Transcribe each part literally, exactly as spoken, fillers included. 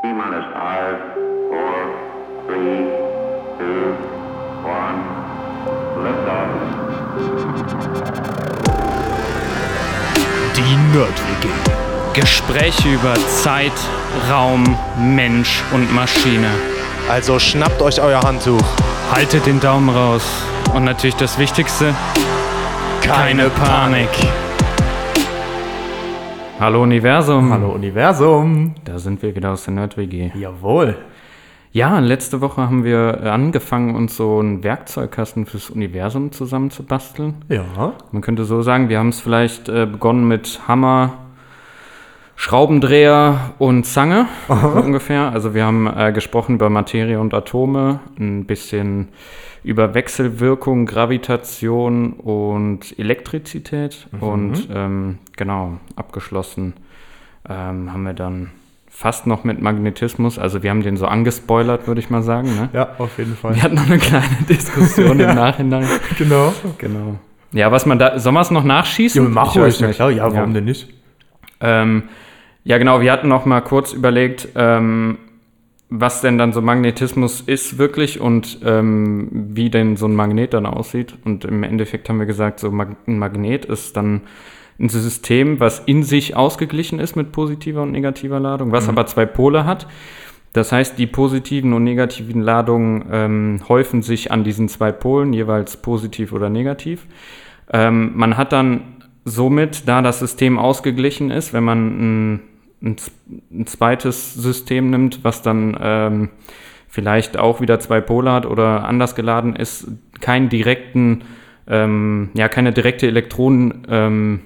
T-minus five, four, three, two, one, liftoff. Die Nerd-W G. Gespräche über Zeit, Raum, Mensch und Maschine. Also schnappt euch euer Handtuch. Haltet den Daumen raus. Und natürlich das Wichtigste, keine, keine Panik. Panik. Hallo Universum. Hallo Universum. Da sind wir wieder aus der Nerd-W G. Jawohl. Ja, letzte Woche haben wir angefangen, uns so einen Werkzeugkasten fürs Universum zusammenzubasteln. Ja. Man könnte so sagen, wir haben es vielleicht äh, begonnen mit Hammer, Schraubendreher und Zange, so ungefähr. Also wir haben äh, gesprochen über Materie und Atome, ein bisschen über Wechselwirkung, Gravitation und Elektrizität. Mhm. Und ähm, genau, abgeschlossen ähm, haben wir dann fast noch mit Magnetismus. Also wir haben den so angespoilert, würde ich mal sagen. Ne? Ja, auf jeden Fall. Wir hatten noch eine kleine Diskussion im Nachhinein. Genau. Genau. Ja, was man da, soll man es noch nachschießen? Ja, mach ruhig. Ja, klar. Ja, warum ja. denn nicht? Ähm, ja, genau, wir hatten noch mal kurz überlegt, ähm, was denn dann so Magnetismus ist wirklich und ähm, wie denn so ein Magnet dann aussieht. Und im Endeffekt haben wir gesagt, so Mag- ein Magnet ist dann ein System, was in sich ausgeglichen ist mit positiver und negativer Ladung, was mhm. aber zwei Pole hat. Das heißt, die positiven und negativen Ladungen ähm, häufen sich an diesen zwei Polen, jeweils positiv oder negativ. Ähm, man hat dann somit, da das System ausgeglichen ist, wenn man ein, ein, ein zweites System nimmt, was dann ähm, vielleicht auch wieder zwei Pole hat oder anders geladen ist, keinen direkten, ähm, ja, keine direkte Elektronenübertragung,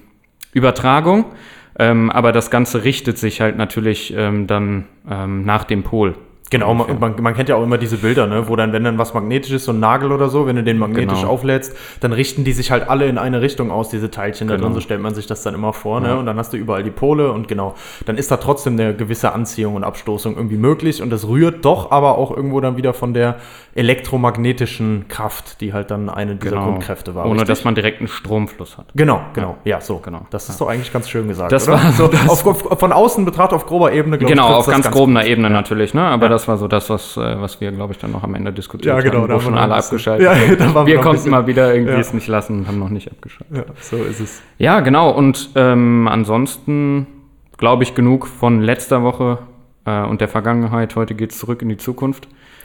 ähm, ähm, aber das Ganze richtet sich halt natürlich ähm, dann ähm, nach dem Pol. Genau, man, man, man kennt ja auch immer diese Bilder, ne, wo dann, wenn dann was magnetisch ist, so ein Nagel oder so, wenn du den magnetisch genau. auflädst, dann richten die sich halt alle in eine Richtung aus, diese Teilchen genau. da drin, so stellt man sich das dann immer vor, ne, ja. und dann hast du überall die Pole und genau, dann ist da trotzdem eine gewisse Anziehung und Abstoßung irgendwie möglich und das rührt doch aber auch irgendwo dann wieder von der elektromagnetischen Kraft, die halt dann eine dieser genau. Grundkräfte war. Ohne, richtig? dass man direkt einen Stromfluss hat. Genau, genau, ja, so. Genau. Das ist ja. doch eigentlich ganz schön gesagt, das oder? War so das auf, auf, von außen betrachtet auf grober Ebene, glaube genau, ich. Genau, auf ganz, ganz grober Ebene ja. natürlich, ne, aber ja. das war so das, was was wir, glaube ich, dann noch am Ende diskutiert ja, genau, haben, da wo schon alle abgeschaltet ja, haben. da wir konnten mal wieder irgendwie ja. es nicht lassen und haben noch nicht abgeschaltet. Ja, so ist es. Ja, genau. Und ähm, ansonsten glaube ich genug von letzter Woche äh, und der Vergangenheit. Heute geht es zurück in die Zukunft.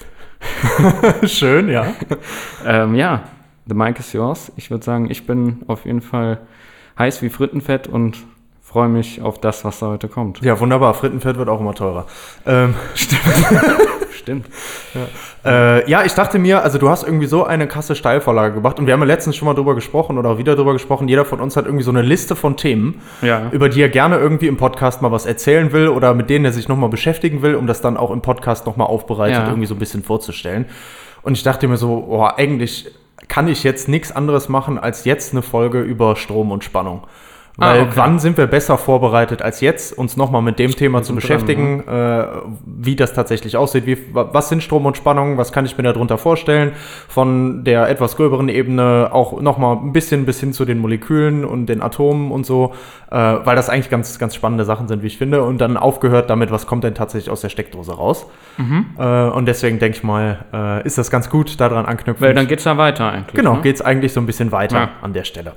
Schön, ja. ähm, ja, the mic is yours. Ich würde sagen, ich bin auf jeden Fall heiß wie Frittenfett und freue mich auf das, was da heute kommt. Ja, wunderbar. Frittenfett wird auch immer teurer. Ähm, stimmt. Stimmt. Ja. Äh, ja, ich dachte mir, also du hast irgendwie so eine krasse Steilvorlage gemacht und wir haben ja letztens schon mal drüber gesprochen oder auch wieder drüber gesprochen, jeder von uns hat irgendwie so eine Liste von Themen, ja. über die er gerne irgendwie im Podcast mal was erzählen will oder mit denen er sich nochmal beschäftigen will, um das dann auch im Podcast nochmal aufbereitet ja. irgendwie so ein bisschen vorzustellen. Und ich dachte mir so, oh, eigentlich kann ich jetzt nichts anderes machen, als jetzt eine Folge über Strom und Spannung. Weil ah, okay. wann sind wir besser vorbereitet als jetzt, uns nochmal mit dem Thema zu beschäftigen, dran, ja. äh, wie das tatsächlich aussieht, wie, was sind Strom und Spannung, was kann ich mir darunter vorstellen, von der etwas gröberen Ebene auch nochmal ein bisschen bis hin zu den Molekülen und den Atomen und so, äh, weil das eigentlich ganz, ganz spannende Sachen sind, wie ich finde, und dann aufgehört damit, was kommt denn tatsächlich aus der Steckdose raus. Mhm. Äh, und deswegen denke ich mal, äh, ist das ganz gut, daran anknüpfen. Weil dann geht's ja weiter eigentlich. Genau, ne? geht's eigentlich so ein bisschen weiter ja. an der Stelle.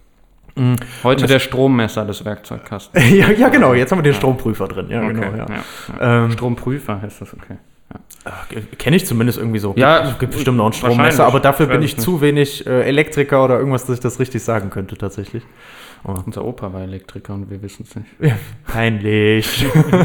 Heute das, der Strommesser des Werkzeugkastens. ja, ja, genau. Jetzt haben wir den ja. Stromprüfer drin. Ja, okay. genau. Ja. Ja, ja. Ähm, Stromprüfer heißt das, okay. Ja. Kenne ich zumindest irgendwie so. Ja, es gibt bestimmt noch einen Strommesser, aber dafür bin ich nicht. zu wenig äh, Elektriker oder irgendwas, dass ich das richtig sagen könnte tatsächlich. Oh. Unser Opa war Elektriker und wir wissen es nicht. Ja, peinlich.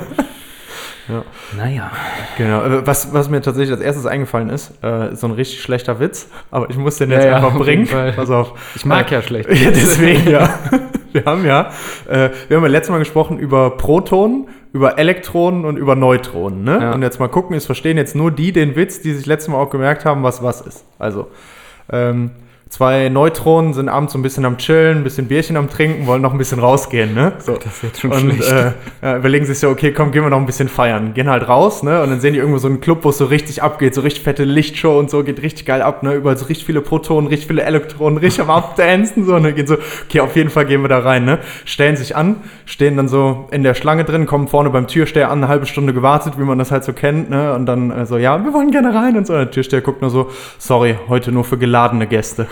Ja. Naja. Genau. Was, was mir tatsächlich als erstes eingefallen ist, äh, so ein richtig schlechter Witz, aber ich muss den jetzt ja, einfach ja, bringen. Pass auf. Ich mag äh, ja schlecht. Ja, deswegen, ja. Wir haben ja, äh, wir haben ja letztes Mal gesprochen über Protonen, über Elektronen und über Neutronen, ne? Ja. Und jetzt mal gucken, es verstehen jetzt nur die den Witz, die sich letztes Mal auch gemerkt haben, was was ist. Also, ähm, zwei Neutronen sind abends so ein bisschen am Chillen, ein bisschen Bierchen am Trinken, wollen noch ein bisschen rausgehen, ne? So. Das ist jetzt schon und, schlecht. Äh, ja, überlegen sich so, okay, komm, gehen wir noch ein bisschen feiern. Gehen halt raus, ne? Und dann sehen die irgendwo so einen Club, wo es so richtig abgeht, so richtig fette Lichtshow und so, geht richtig geil ab, ne? Überall so richtig viele Protonen, richtig viele Elektronen, richtig am Abdancen, so, ne? Gehen so, okay, auf jeden Fall gehen wir da rein, ne? Stellen sich an, stehen dann so in der Schlange drin, kommen vorne beim Türsteher an, eine halbe Stunde gewartet, wie man das halt so kennt, ne? Und dann äh, so, ja, wir wollen gerne rein und so. Und der Türsteher guckt nur so, sorry, heute nur für geladene Gäste.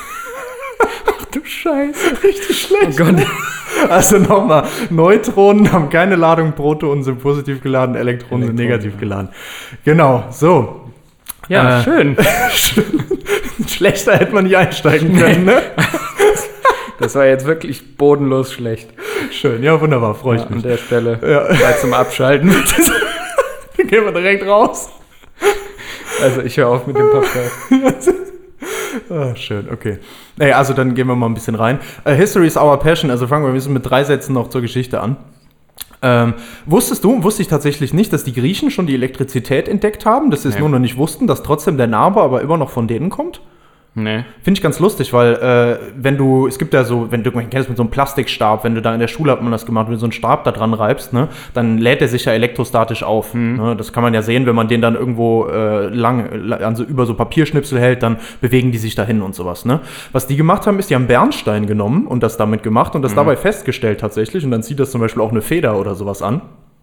Ach du Scheiße. Richtig schlecht. Oh Gott. Ne? Also nochmal, Neutronen haben keine Ladung, Protonen sind positiv geladen, Elektronen, Elektronen sind negativ ja. geladen. Genau, so. Ja, äh, schön. Schlechter hätte man nicht einsteigen können, ne? Das war jetzt wirklich bodenlos schlecht. Schön, ja, wunderbar, freue ich ja, mich. An der Stelle ja. mal zum Abschalten. Dann gehen wir direkt raus. Also ich höre auf mit dem Podcast. Ah, schön, okay. Naja, also dann gehen wir mal ein bisschen rein. Uh, History is our passion. Also fangen wir ein bisschen mit drei Sätzen noch zur Geschichte an. Ähm, wusstest du, wusste ich tatsächlich nicht, dass die Griechen schon die Elektrizität entdeckt haben, dass sie es nee. nur noch nicht wussten, dass trotzdem der Name aber immer noch von denen kommt? Nee. Finde ich ganz lustig, weil äh, wenn du, es gibt ja so, wenn du, man kennt es mit so einem Plastikstab, wenn du da in der Schule hat man das gemacht, wenn du so einen Stab da dran reibst, ne, dann lädt der sich ja elektrostatisch auf. Mhm. Ne? Das kann man ja sehen, wenn man den dann irgendwo äh, lang, also über so Papierschnipsel hält, dann bewegen die sich dahin und sowas. Ne? Was die gemacht haben, ist, die haben Bernstein genommen und das damit gemacht und das mhm. dabei festgestellt tatsächlich und dann zieht das zum Beispiel auch eine Feder oder sowas an.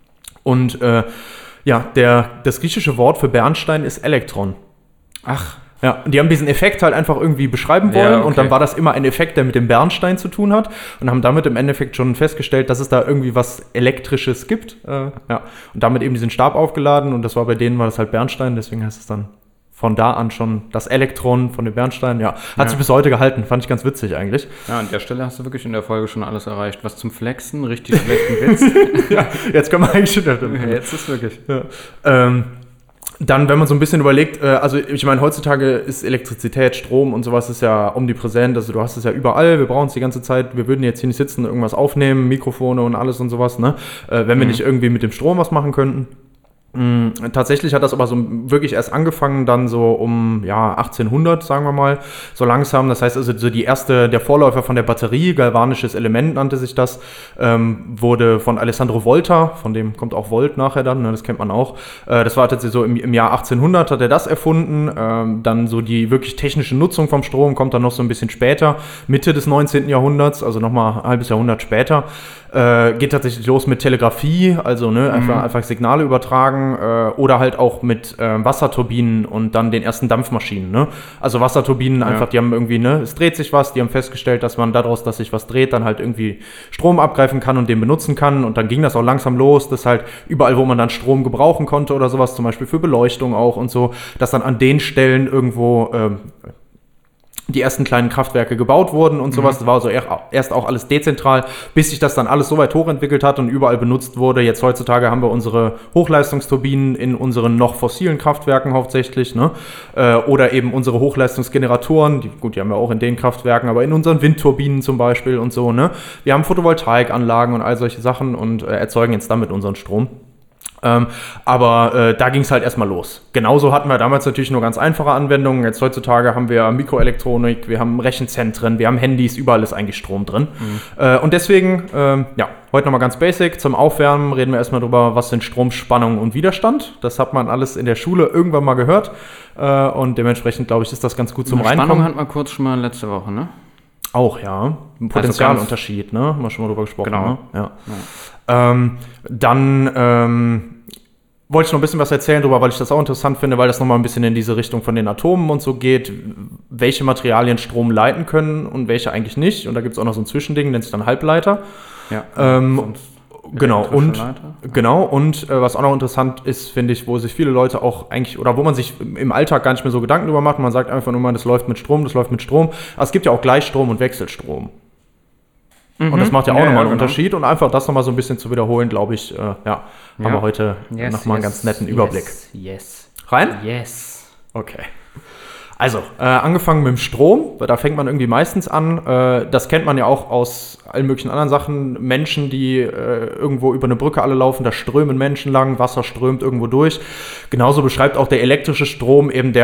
Und äh, ja, der, das griechische Wort für Bernstein ist Elektron. Ach. Ja, und die haben diesen Effekt halt einfach irgendwie beschreiben wollen ja, okay. und dann war das immer ein Effekt, der mit dem Bernstein zu tun hat und haben damit im Endeffekt schon festgestellt, dass es da irgendwie was Elektrisches gibt. Äh, ja, und damit eben diesen Stab aufgeladen und das war bei denen war das halt Bernstein, deswegen heißt es dann von da an schon das Elektron von dem Bernstein. Ja, hat ja. sich bis heute gehalten, fand ich ganz witzig eigentlich. Ja, an der Stelle hast du wirklich in der Folge schon alles erreicht. Was zum Flexen, richtig schlechten Witz. Ja, jetzt können wir eigentlich schon. Ja, jetzt ist wirklich. Ja. Ähm, Dann, wenn man so ein bisschen überlegt, äh, also ich meine, heutzutage ist Elektrizität, Strom und sowas ist ja omnipräsent, also du hast es ja überall, wir brauchen es die ganze Zeit, wir würden jetzt hier nicht sitzen, irgendwas aufnehmen, Mikrofone und alles und sowas, ne? Äh, wenn wir mhm. nicht irgendwie mit dem Strom was machen könnten. Mhm. Tatsächlich hat das aber so wirklich erst angefangen, dann so um ja, achtzehnhundert, sagen wir mal, so langsam. Das heißt also, so die erste, der Vorläufer von der Batterie, galvanisches Element nannte sich das, ähm, wurde von Alessandro Volta, von dem kommt auch Volt nachher dann, ne, das kennt man auch. Äh, das war tatsächlich so im, im Jahr achtzehnhundert hat er das erfunden. Ähm, dann so die wirklich technische Nutzung vom Strom kommt dann noch so ein bisschen später, Mitte des neunzehnten Jahrhunderts, also nochmal ein halbes Jahrhundert später. Äh, geht tatsächlich los mit Telegrafie, also ne, einfach, mhm. einfach Signale übertragen äh, oder halt auch mit äh, Wasserturbinen und dann den ersten Dampfmaschinen. Ne? Also Wasserturbinen ja. einfach, die haben irgendwie, ne, es dreht sich was, die haben festgestellt, dass man daraus, dass sich was dreht, dann halt irgendwie Strom abgreifen kann und den benutzen kann und dann ging das auch langsam los, dass halt überall, wo man dann Strom gebrauchen konnte oder sowas, zum Beispiel für Beleuchtung auch und so, dass dann an den Stellen irgendwo ähm, die ersten kleinen Kraftwerke gebaut wurden und sowas. Mhm. Das war also erst auch alles dezentral, bis sich das dann alles so weit hochentwickelt hat und überall benutzt wurde. Jetzt heutzutage haben wir unsere Hochleistungsturbinen in unseren noch fossilen Kraftwerken hauptsächlich, ne? Äh, oder eben unsere Hochleistungsgeneratoren, die, gut, die haben wir auch in den Kraftwerken, aber in unseren Windturbinen zum Beispiel und so, ne? Wir haben Photovoltaikanlagen und all solche Sachen und äh, erzeugen jetzt damit unseren Strom. Ähm, aber äh, da ging es halt erstmal los. Genauso hatten wir damals natürlich nur ganz einfache Anwendungen. Jetzt heutzutage haben wir Mikroelektronik, wir haben Rechenzentren, wir haben Handys, überall ist eigentlich Strom drin. Mhm. Äh, und deswegen, äh, ja, heute nochmal ganz basic. Zum Aufwärmen reden wir erstmal drüber, was sind Stromspannung und Widerstand. Das hat man alles in der Schule irgendwann mal gehört. Äh, und dementsprechend, glaube ich, ist das ganz gut zum Reinkommen. Spannung hat man kurz schon mal letzte Woche, ne? Auch, ja. Ein Potentialunterschied, ne? Haben wir schon mal drüber gesprochen. Genau. Ne? Ja. Ja. Ähm, dann ähm, wollte ich noch ein bisschen was erzählen darüber, weil ich das auch interessant finde, weil das nochmal ein bisschen in diese Richtung von den Atomen und so geht, welche Materialien Strom leiten können und welche eigentlich nicht. Und da gibt es auch noch so ein Zwischending, nennt sich dann Halbleiter. Ja. Ähm, genau, und Leiter. Genau, und äh, was auch noch interessant ist, finde ich, wo sich viele Leute auch eigentlich, oder wo man sich im Alltag gar nicht mehr so Gedanken drüber macht, man sagt einfach nur mal, das läuft mit Strom, das läuft mit Strom. Aber es gibt ja auch Gleichstrom und Wechselstrom. Mhm. Und das macht ja auch ja, nochmal einen ja, genau. Unterschied. Und einfach das nochmal so ein bisschen zu wiederholen, glaube ich, äh, ja, ja, haben wir heute yes, nochmal yes, einen ganz netten yes, Überblick. Yes. Rein? Yes. Okay. Also, äh, angefangen mit dem Strom, da fängt man irgendwie meistens an. Äh, das kennt man ja auch aus allen möglichen anderen Sachen. Menschen, die äh, irgendwo über eine Brücke alle laufen, da strömen Menschen lang, Wasser strömt irgendwo durch. Genauso beschreibt auch der elektrische Strom eben der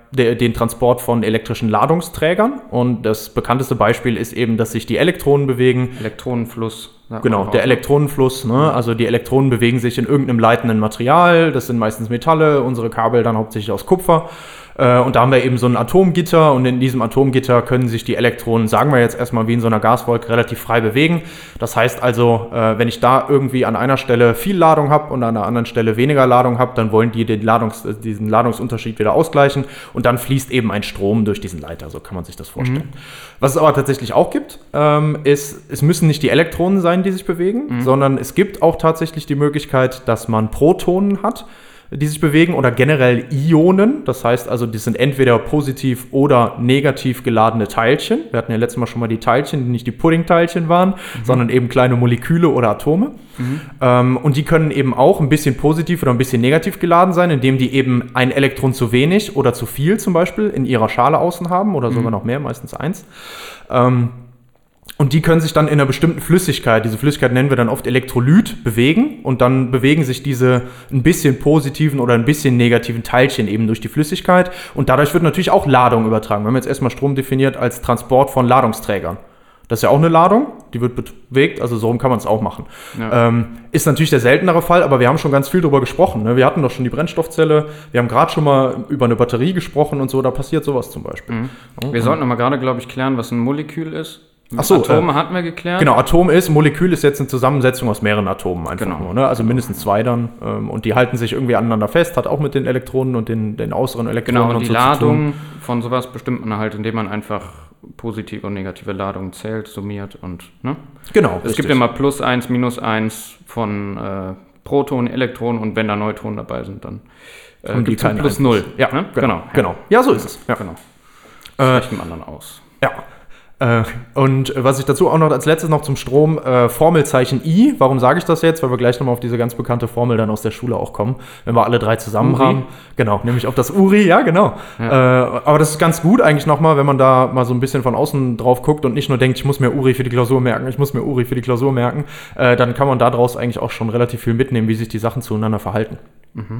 der, den Transport von elektrischen Ladungsträgern. Und das bekannteste Beispiel ist eben, dass sich die Elektronen bewegen. Elektronenfluss. Genau, der Elektronenfluss. Ne? Also die Elektronen bewegen sich in irgendeinem leitenden Material. Das sind meistens Metalle, unsere Kabel dann hauptsächlich aus Kupfer. Und da haben wir eben so ein Atomgitter und in diesem Atomgitter können sich die Elektronen, sagen wir jetzt erstmal wie in so einer Gaswolke, relativ frei bewegen. Das heißt also, wenn ich da irgendwie an einer Stelle viel Ladung habe und an einer anderen Stelle weniger Ladung habe, dann wollen die den Ladungs-, diesen Ladungsunterschied wieder ausgleichen und dann fließt eben ein Strom durch diesen Leiter, so kann man sich das vorstellen. Mhm. Was es aber tatsächlich auch gibt, ist, es müssen nicht die Elektronen sein, die sich bewegen, mhm. sondern es gibt auch tatsächlich die Möglichkeit, dass man Protonen hat, die sich bewegen oder generell Ionen. Das heißt also, die sind entweder positiv oder negativ geladene Teilchen. Wir hatten ja letztes Mal schon mal die Teilchen, die nicht die Puddingteilchen waren, mhm. sondern eben kleine Moleküle oder Atome. Mhm. Ähm, und die können eben auch ein bisschen positiv oder ein bisschen negativ geladen sein, indem die eben ein Elektron zu wenig oder zu viel zum Beispiel in ihrer Schale außen haben oder mhm. sogar noch mehr, meistens eins. Ähm, Und die können sich dann in einer bestimmten Flüssigkeit, diese Flüssigkeit nennen wir dann oft Elektrolyt, bewegen. Und dann bewegen sich diese ein bisschen positiven oder ein bisschen negativen Teilchen eben durch die Flüssigkeit. Und dadurch wird natürlich auch Ladung übertragen. Wir haben jetzt erstmal Strom definiert als Transport von Ladungsträgern. Das ist ja auch eine Ladung, die wird bewegt, also so kann man es auch machen. Ja. Ähm, ist natürlich der seltenere Fall, aber wir haben schon ganz viel darüber gesprochen. Ne? Wir hatten doch schon die Brennstoffzelle, wir haben gerade schon mal über eine Batterie gesprochen und so, da passiert sowas zum Beispiel. Mhm. Ja. Wir sollten aber gerade, glaube ich, klären, was ein Molekül ist. Ach so, Atome äh, hatten wir geklärt. Genau, Atom ist, Molekül ist jetzt eine Zusammensetzung aus mehreren Atomen einfach genau. nur, ne? Also mindestens zwei dann. Ähm, und die halten sich irgendwie aneinander fest, hat auch mit den Elektronen und den, den äußeren Elektronen genau, und, und die so Ladung von sowas bestimmt man halt, indem man einfach positive und negative Ladungen zählt, summiert und, ne? Genau. Es richtig. Gibt immer plus eins, minus eins von äh, Protonen, Elektronen und wenn da Neutronen dabei sind, dann äh, gibt es plus null. Ja, ne? genau, genau. genau. Ja, so ist es. Ja. Genau. Das reicht dem anderen aus. Ja. Äh, und was ich dazu auch noch als letztes noch zum Strom, äh, Formelzeichen I, warum sage ich das jetzt? Weil wir gleich nochmal auf diese ganz bekannte Formel dann aus der Schule auch kommen, wenn wir alle drei zusammen Uri. haben. Genau, nämlich auf das Uri, ja genau. Ja. Äh, aber das ist ganz gut eigentlich nochmal, wenn man da mal so ein bisschen von außen drauf guckt und nicht nur denkt, ich muss mir Uri für die Klausur merken, ich muss mir Uri für die Klausur merken, äh, dann kann man daraus eigentlich auch schon relativ viel mitnehmen, wie sich die Sachen zueinander verhalten. Mhm.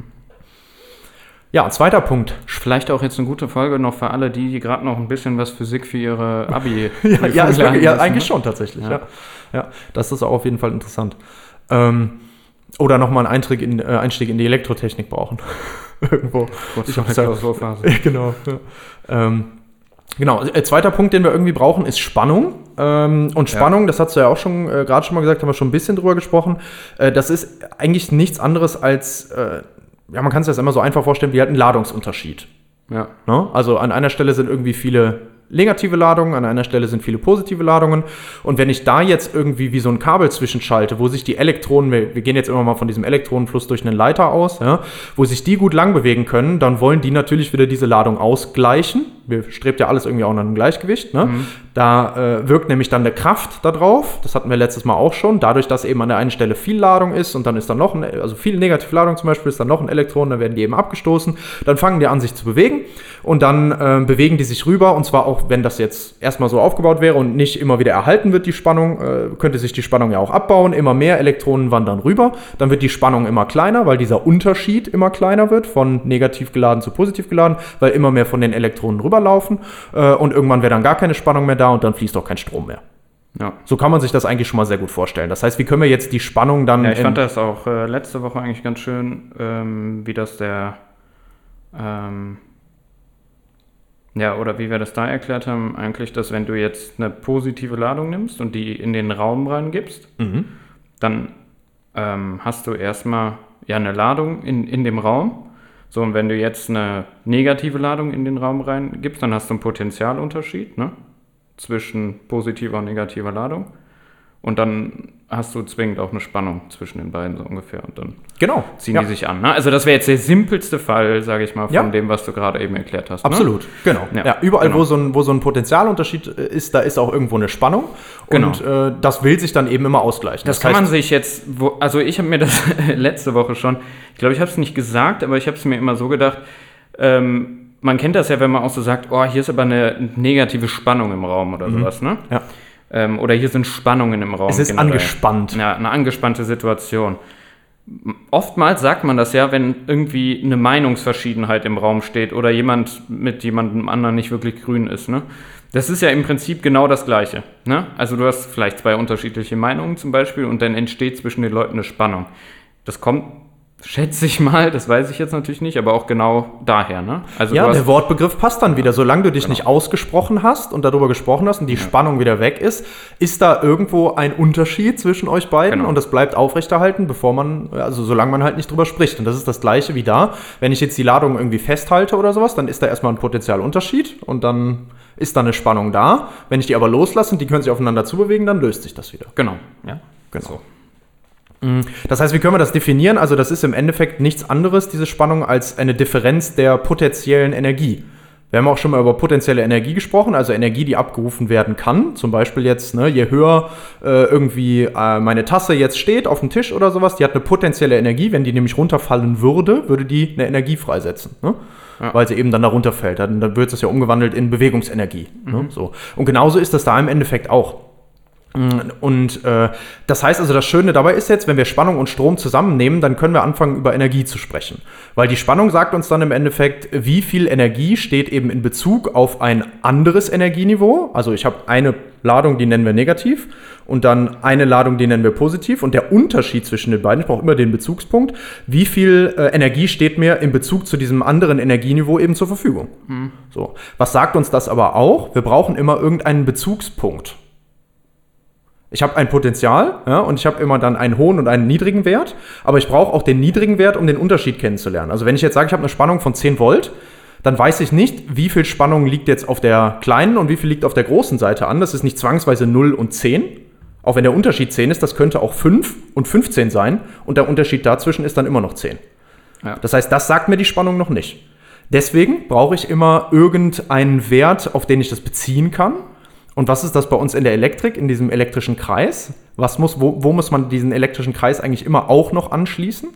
Ja, zweiter Punkt. Vielleicht auch jetzt eine gute Folge noch für alle, die, die gerade noch ein bisschen was Physik für ihre Abi ja, ja, ist wirklich, ja, eigentlich ne? schon tatsächlich. Ja. Ja. Ja, das ist auch auf jeden Fall interessant. Ähm, oder nochmal einen Einstieg in, äh, Einstieg in die Elektrotechnik brauchen. Irgendwo. Kurz vor der Klausurphase. Genau. Ja. Ähm, genau. Äh, zweiter Punkt, den wir irgendwie brauchen, ist Spannung. Ähm, und Spannung, ja. das hast du ja auch schon äh, gerade schon mal gesagt, haben wir schon ein bisschen drüber gesprochen. Äh, das ist eigentlich nichts anderes als äh, ja, man kann sich das immer so einfach vorstellen, wie halt ein Ladungsunterschied. Ja. Ne? Also an einer Stelle sind irgendwie viele negative Ladungen, an einer Stelle sind viele positive Ladungen. Und wenn ich da jetzt irgendwie wie so ein Kabel zwischenschalte, wo sich die Elektronen, wir, wir gehen jetzt immer mal von diesem Elektronenfluss durch einen Leiter aus, ja, wo sich die gut lang bewegen können, dann wollen die natürlich wieder diese Ladung ausgleichen. Wir strebt ja alles irgendwie auch nach einem Gleichgewicht. Ne? Mhm. Da äh, wirkt nämlich dann eine Kraft da drauf. Das hatten wir letztes Mal auch schon. Dadurch, dass eben an der einen Stelle viel Ladung ist und dann ist dann noch, ein, also viel Negativladung zum Beispiel, ist dann noch ein Elektron, dann werden die eben abgestoßen. Dann fangen die an, sich zu bewegen und dann äh, bewegen die sich rüber. Und zwar auch, wenn das jetzt erstmal so aufgebaut wäre und nicht immer wieder erhalten wird, die Spannung, äh, könnte sich die Spannung ja auch abbauen. Immer mehr Elektronen wandern rüber. Dann wird die Spannung immer kleiner, weil dieser Unterschied immer kleiner wird, von negativ geladen zu positiv geladen, weil immer mehr von den Elektronen rüberlaufen. Äh, und irgendwann wäre dann gar keine Spannung mehr da und dann fließt auch kein Strom mehr. Ja. So kann man sich das eigentlich schon mal sehr gut vorstellen. Das heißt, wie können wir jetzt die Spannung dann... Ja, ich fand das auch äh, letzte Woche eigentlich ganz schön, ähm, wie das der... Ähm, ja, oder wie wir das da erklärt haben, eigentlich, dass wenn du jetzt eine positive Ladung nimmst und die in den Raum reingibst, mhm. dann ähm, hast du erstmal ja eine Ladung in, in dem Raum. So, und wenn du jetzt eine negative Ladung in den Raum reingibst, dann hast du einen Potentialunterschied, ne? Zwischen positiver und negativer Ladung. Und dann hast du zwingend auch eine Spannung zwischen den beiden so ungefähr. Und dann genau. ziehen ja. die sich an. Ne? Also das wäre jetzt der simpelste Fall, sage ich mal, von ja. dem, was du gerade eben erklärt hast. Absolut, ne? genau. Ja. Ja, überall, genau. wo, so ein, wo so ein Potentialunterschied ist, da ist auch irgendwo eine Spannung. Genau. Und äh, das will sich dann eben immer ausgleichen. Das, das kann heißt, man sich jetzt, wo, also ich habe mir das letzte Woche schon, ich glaube, ich habe es nicht gesagt, aber ich habe es mir immer so gedacht, ähm, man kennt das ja, wenn man auch so sagt, oh, hier ist aber eine negative Spannung im Raum oder mhm. sowas, ne? Ja. Ähm, oder hier sind Spannungen im Raum. Es ist generell. angespannt. Ja, eine angespannte Situation. oftmals sagt man das ja, wenn irgendwie eine Meinungsverschiedenheit im Raum steht oder jemand mit jemandem anderen nicht wirklich grün ist, ne? Das ist ja im Prinzip genau das Gleiche, ne? Also du hast vielleicht zwei unterschiedliche Meinungen zum Beispiel und dann entsteht zwischen den Leuten eine Spannung. Das kommt, schätze ich mal, das weiß ich jetzt natürlich nicht, aber auch genau daher, ne? Also ja, du hast, der Wortbegriff passt dann wieder. Solange du dich genau. nicht ausgesprochen hast und darüber gesprochen hast und die ja. Spannung wieder weg ist, ist da irgendwo ein Unterschied zwischen euch beiden Genau. und das bleibt aufrechterhalten, bevor man, also solange man halt nicht drüber spricht. Und das ist das Gleiche wie da. Wenn ich jetzt die Ladung irgendwie festhalte oder sowas, dann ist da erstmal ein Potentialunterschied und dann ist da eine Spannung da. Wenn ich die aber loslasse und die können sich aufeinander zubewegen, dann löst sich das wieder. Genau, ja. Genau. So. Das heißt, wie können wir das definieren? Also das ist im Endeffekt nichts anderes, diese Spannung, als eine Differenz der potenziellen Energie. Wir haben auch schon mal über potenzielle Energie gesprochen, also Energie, die abgerufen werden kann. Zum Beispiel jetzt, ne, je höher äh, irgendwie äh, meine Tasse jetzt steht auf dem Tisch oder sowas, die hat eine potenzielle Energie. Wenn die nämlich runterfallen würde, würde die eine Energie freisetzen, ne? Ja. Weil sie eben dann da runterfällt. Dann, dann wird es ja umgewandelt in Bewegungsenergie. Mhm. Ne? So. Und genauso ist das da im Endeffekt auch. Und äh, das heißt also, das Schöne dabei ist jetzt, wenn wir Spannung und Strom zusammennehmen, dann können wir anfangen, über Energie zu sprechen. Weil die Spannung sagt uns dann im Endeffekt, wie viel Energie steht eben in Bezug auf ein anderes Energieniveau. Also ich habe eine Ladung, die nennen wir negativ und dann eine Ladung, die nennen wir positiv. Und der Unterschied zwischen den beiden, ich brauche immer den Bezugspunkt, wie viel äh, Energie steht mir in Bezug zu diesem anderen Energieniveau eben zur Verfügung. Mhm. So. Was sagt uns das aber auch? Wir brauchen immer irgendeinen Bezugspunkt. Ich habe ein Potenzial, ja, und ich habe immer dann einen hohen und einen niedrigen Wert, aber ich brauche auch den niedrigen Wert, um den Unterschied kennenzulernen. Also wenn ich jetzt sage, ich habe eine Spannung von zehn Volt, dann weiß ich nicht, wie viel Spannung liegt jetzt auf der kleinen und wie viel liegt auf der großen Seite an. Das ist nicht zwangsweise null und zehn. Auch wenn der Unterschied zehn ist, das könnte auch fünf und fünfzehn sein und der Unterschied dazwischen ist dann immer noch zehn. Ja. Das heißt, das sagt mir die Spannung noch nicht. Deswegen brauche ich immer irgendeinen Wert, auf den ich das beziehen kann. Und was ist das bei uns in der Elektrik, in diesem elektrischen Kreis? Was muss, wo, wo muss man diesen elektrischen Kreis eigentlich immer auch noch anschließen?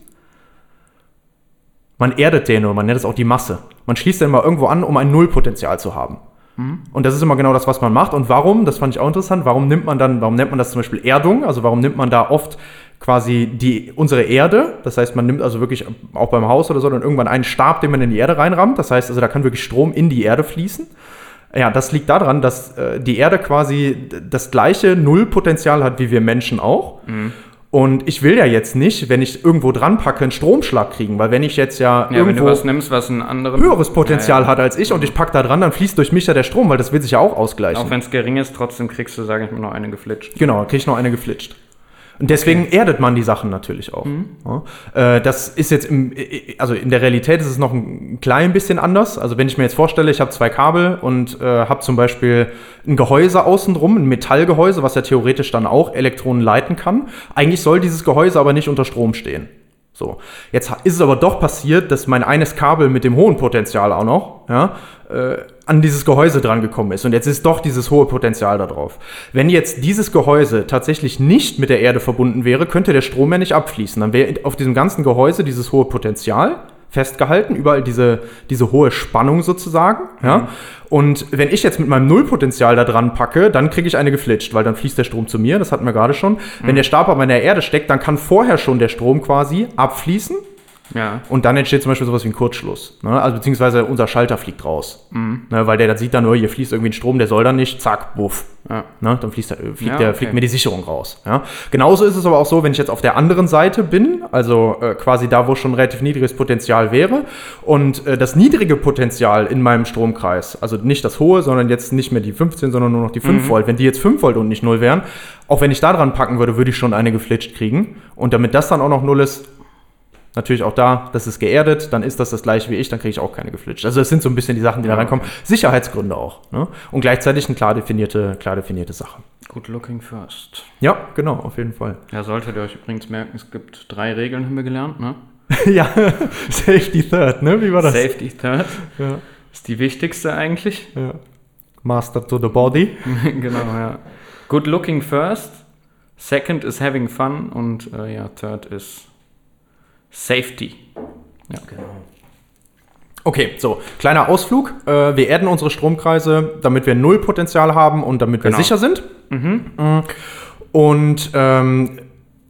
Man erdet den oder man nennt es auch die Masse. Man schließt den mal irgendwo an, um ein Nullpotenzial zu haben. Mhm. Und das ist immer genau das, was man macht. Und warum, das fand ich auch interessant, warum nimmt man dann, warum nennt man das zum Beispiel Erdung? Also warum nimmt man da oft quasi die, unsere Erde? Das heißt, man nimmt also wirklich auch beim Haus oder so dann irgendwann einen Stab, den man in die Erde reinrammt. Das heißt, also da kann wirklich Strom in die Erde fließen. Ja, das liegt daran, dass äh, die Erde quasi das gleiche Nullpotenzial hat wie wir Menschen auch. Mhm. Und ich will ja jetzt nicht, wenn ich irgendwo dran packe, einen Stromschlag kriegen, weil wenn ich jetzt ja, ja irgendwo wenn du was nimmst, was ein anderes höheres Potenzial ja, ja. hat als ich und ich packe da dran, dann fließt durch mich ja der Strom, weil das will sich ja auch ausgleichen. Auch wenn es gering ist, trotzdem kriegst du, sage ich mal, noch eine geflitscht. Genau, dann krieg ich noch eine geflitscht. Und deswegen okay. erdet man die Sachen natürlich auch. Mhm. Ja, äh, das ist jetzt, im, also in der Realität ist es noch ein klein bisschen anders. Also wenn ich mir jetzt vorstelle, ich habe zwei Kabel und äh, habe zum Beispiel ein Gehäuse außenrum, ein Metallgehäuse, was ja theoretisch dann auch Elektronen leiten kann. Eigentlich soll dieses Gehäuse aber nicht unter Strom stehen. So, jetzt ist es aber doch passiert, dass mein eines Kabel mit dem hohen Potenzial auch noch, ja, äh, an dieses Gehäuse dran gekommen ist. Und jetzt ist doch dieses hohe Potenzial da drauf. Wenn jetzt dieses Gehäuse tatsächlich nicht mit der Erde verbunden wäre, könnte der Strom ja nicht abfließen. Dann wäre auf diesem ganzen Gehäuse dieses hohe Potenzial festgehalten, überall diese, diese hohe Spannung sozusagen. Mhm. Ja? Und wenn ich jetzt mit meinem Nullpotenzial da dran packe, dann kriege ich eine geflitscht, weil dann fließt der Strom zu mir, das hatten wir gerade schon. Mhm. Wenn der Stab aber in der Erde steckt, dann kann vorher schon der Strom quasi abfließen. Ja. Und dann entsteht zum Beispiel sowas wie ein Kurzschluss. Ne? Also beziehungsweise unser Schalter fliegt raus. Mhm. Ne? Weil der dann sieht dann, oh, hier fließt irgendwie ein Strom, der soll dann nicht, zack, buff. Ja. Ne? Dann fließt, fliegt, ja, der, okay. fliegt mir die Sicherung raus. Ja? Genauso ist es aber auch so, wenn ich jetzt auf der anderen Seite bin, also äh, quasi da, wo schon relativ niedriges Potenzial wäre und äh, das niedrige Potenzial in meinem Stromkreis, also nicht das hohe, sondern jetzt nicht mehr die fünfzehn, sondern nur noch die fünf mhm. Volt, wenn die jetzt fünf Volt und nicht null wären, auch wenn ich da dran packen würde, würde ich schon eine geflitscht kriegen. Und damit das dann auch noch null ist, natürlich auch da, das ist geerdet, dann ist das das gleiche wie ich, dann kriege ich auch keine geflitscht. Also das sind so ein bisschen die Sachen, die ja, da reinkommen. Okay. Sicherheitsgründe auch. Ne? Und gleichzeitig eine klar definierte, klar definierte Sache. Good looking first. Ja, genau, auf jeden Fall. Ja, solltet ihr euch übrigens merken, es gibt drei Regeln, haben wir gelernt, ne? Ja, Safety Third, ne? Wie war das? Safety Third. Ja. Ist die wichtigste eigentlich. Ja. Master to the body. Genau, ja. Good looking first. Second is having fun. Und äh, ja, third is Safety. Ja, genau. Okay, so, kleiner Ausflug. Äh, wir erden unsere Stromkreise, damit wir Nullpotenzial haben und damit wir genau. sicher sind. Mhm. Und ähm,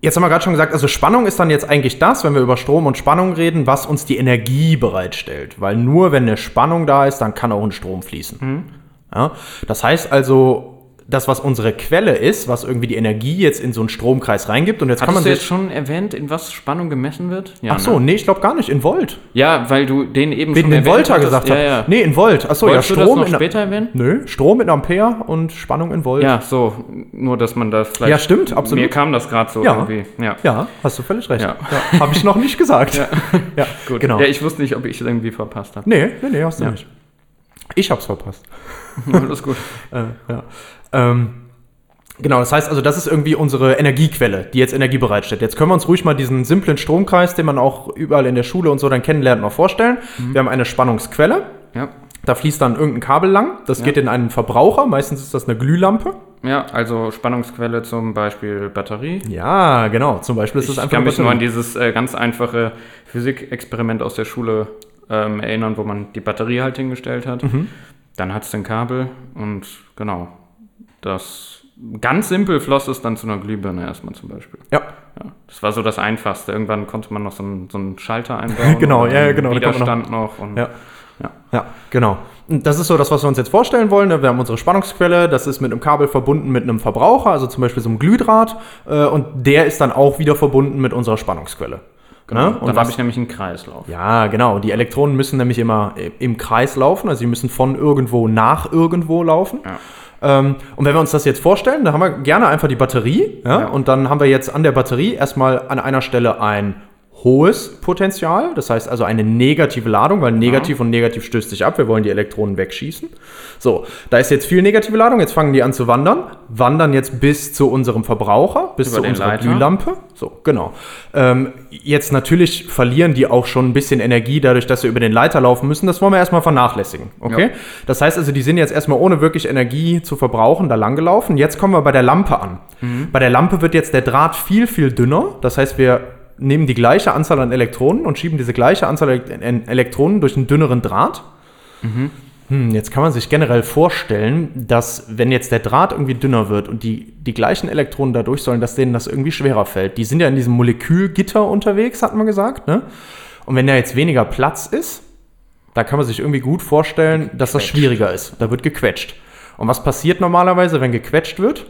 Jetzt haben wir gerade schon gesagt, also Spannung ist dann jetzt eigentlich das, wenn wir über Strom und Spannung reden, was uns die Energie bereitstellt. Weil nur wenn eine Spannung da ist, dann kann auch ein Strom fließen. Mhm. Ja, das heißt also, das, was unsere Quelle ist, was irgendwie die Energie jetzt in so einen Stromkreis reingibt. Und jetzt Hattest kann man du jetzt schon erwähnt, in was Spannung gemessen wird? Ja, Ach so, ne? nee, ich glaube gar nicht, in Volt. Ja, weil du den eben den, schon den Volta gesagt hast. Ja, ja. Nee, in Volt. Achso, ja, Strom. Du das noch später erwähnen? Nö, Strom in Ampere und Spannung in Volt. Ja, so, nur dass man das vielleicht... Ja, stimmt, absolut. Mir kam das gerade so ja. irgendwie. Ja. ja, hast du völlig recht. Ja. Ja, habe ich noch nicht gesagt. Ja. ja, gut. Genau. Ja, ich wusste nicht, ob ich es irgendwie verpasst habe. Nee, nee, nee, hast du ja. nicht. Ich hab's verpasst. Alles gut. äh, ja. Ähm... Genau, das heißt also, das ist irgendwie unsere Energiequelle, die jetzt Energie bereitstellt. Jetzt können wir uns ruhig mal diesen simplen Stromkreis, den man auch überall in der Schule und so dann kennenlernt, mal vorstellen. Mhm. Wir haben eine Spannungsquelle, ja. Da fließt dann irgendein Kabel lang, das ja. geht in einen Verbraucher, meistens ist das eine Glühlampe. Ja, also Spannungsquelle zum Beispiel Batterie. Ja, genau, zum Beispiel ist es einfach Ich kann mich nur an dieses äh, ganz einfache Physikexperiment aus der Schule ähm, erinnern, wo man die Batterie halt hingestellt hat. Mhm. Dann hat es ein Kabel und genau, das... Ganz simpel floss es dann zu einer Glühbirne erstmal zum Beispiel. Ja. ja. Das war so das Einfachste. Irgendwann konnte man noch so einen, so einen Schalter einbauen. genau, ja, genau. Widerstand noch. Und, ja. Ja. ja, genau. Und das ist so das, was wir uns jetzt vorstellen wollen. Wir haben unsere Spannungsquelle, das ist mit einem Kabel verbunden mit einem Verbraucher, also zum Beispiel so einem Glühdraht. Und der ist dann auch wieder verbunden mit unserer Spannungsquelle. Genau, und dann habe ich nämlich einen Kreislauf. Ja, genau. Die Elektronen müssen nämlich immer im Kreis laufen, also sie müssen von irgendwo nach irgendwo laufen. Ja. Und wenn wir uns das jetzt vorstellen, dann haben wir gerne einfach die Batterie. Ja? Ja. Und dann haben wir jetzt an der Batterie erstmal an einer Stelle ein hohes Potential, das heißt also eine negative Ladung, weil negativ ja. und negativ stößt sich ab, wir wollen die Elektronen wegschießen. So, da ist jetzt viel negative Ladung, jetzt fangen die an zu wandern, wandern jetzt bis zu unserem Verbraucher, bis Über zu unserer Leiter. Glühlampe. So, genau. Ähm, jetzt natürlich verlieren die auch schon ein bisschen Energie dadurch, dass sie über den Leiter laufen müssen, das wollen wir erstmal vernachlässigen, okay? Ja. Das heißt also, die sind jetzt erstmal ohne wirklich Energie zu verbrauchen da lang gelaufen. Jetzt kommen wir bei der Lampe an. Mhm. Bei der Lampe wird jetzt der Draht viel, viel dünner, das heißt, wir nehmen die gleiche Anzahl an Elektronen und schieben diese gleiche Anzahl an Elektronen durch einen dünneren Draht. Mhm. Hm, jetzt kann man sich generell vorstellen, dass wenn jetzt der Draht irgendwie dünner wird und die, die gleichen Elektronen da durch sollen, dass denen das irgendwie schwerer fällt. Die sind ja in diesem Molekülgitter unterwegs, hat man gesagt, ne? Und wenn da jetzt weniger Platz ist, da kann man sich irgendwie gut vorstellen, dass das schwieriger ist. Da wird gequetscht. Und was passiert normalerweise, wenn gequetscht wird?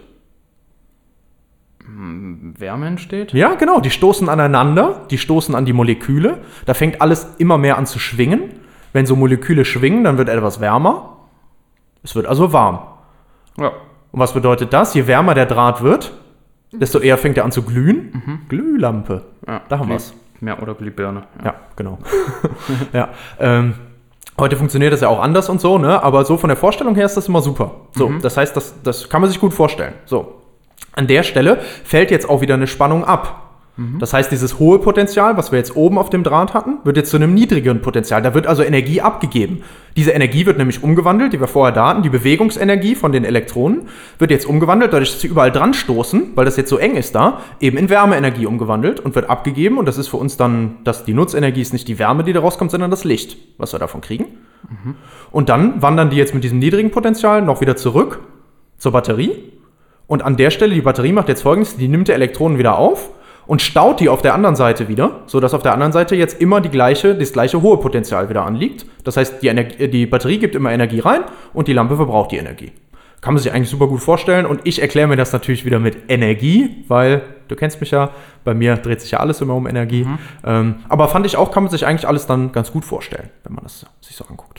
Wärme entsteht? Ja, genau. Die stoßen aneinander, die stoßen an die Moleküle. Da fängt alles immer mehr an zu schwingen. Wenn so Moleküle schwingen, dann wird etwas wärmer. Es wird also warm. Ja. Und was bedeutet das? Je wärmer der Draht wird, desto eher fängt er an zu glühen. Mhm. Glühlampe. Ja, da haben wir es. Mehr oder Glühbirne. Ja, ja genau. ja, ähm, heute funktioniert das ja auch anders und so, ne? Aber so von der Vorstellung her ist das immer super. So, mhm. das heißt, das, das kann man sich gut vorstellen. So. An der Stelle fällt jetzt auch wieder eine Spannung ab. Mhm. Das heißt, dieses hohe Potenzial, was wir jetzt oben auf dem Draht hatten, wird jetzt zu einem niedrigeren Potenzial. Da wird also Energie abgegeben. Diese Energie wird nämlich umgewandelt, die wir vorher da hatten. Die Bewegungsenergie von den Elektronen wird jetzt umgewandelt, dadurch, dass sie überall dran stoßen, weil das jetzt so eng ist da, eben in Wärmeenergie umgewandelt und wird abgegeben. Und das ist für uns dann, dass die Nutzenergie ist nicht die Wärme, die da rauskommt, sondern das Licht, was wir davon kriegen. Mhm. Und dann wandern die jetzt mit diesem niedrigen Potenzial noch wieder zurück zur Batterie. Und an der Stelle, die Batterie macht jetzt Folgendes, die nimmt die Elektronen wieder auf und staut die auf der anderen Seite wieder, sodass auf der anderen Seite jetzt immer die gleiche, das gleiche hohe Potenzial wieder anliegt. Das heißt, die, Energie, die Batterie gibt immer Energie rein und die Lampe verbraucht die Energie. Kann man sich eigentlich super gut vorstellen und ich erkläre mir das natürlich wieder mit Energie, weil du kennst mich ja, bei mir dreht sich ja alles immer um Energie. Mhm. Ähm, aber fand ich auch, kann man sich eigentlich alles dann ganz gut vorstellen, wenn man das sich so anguckt.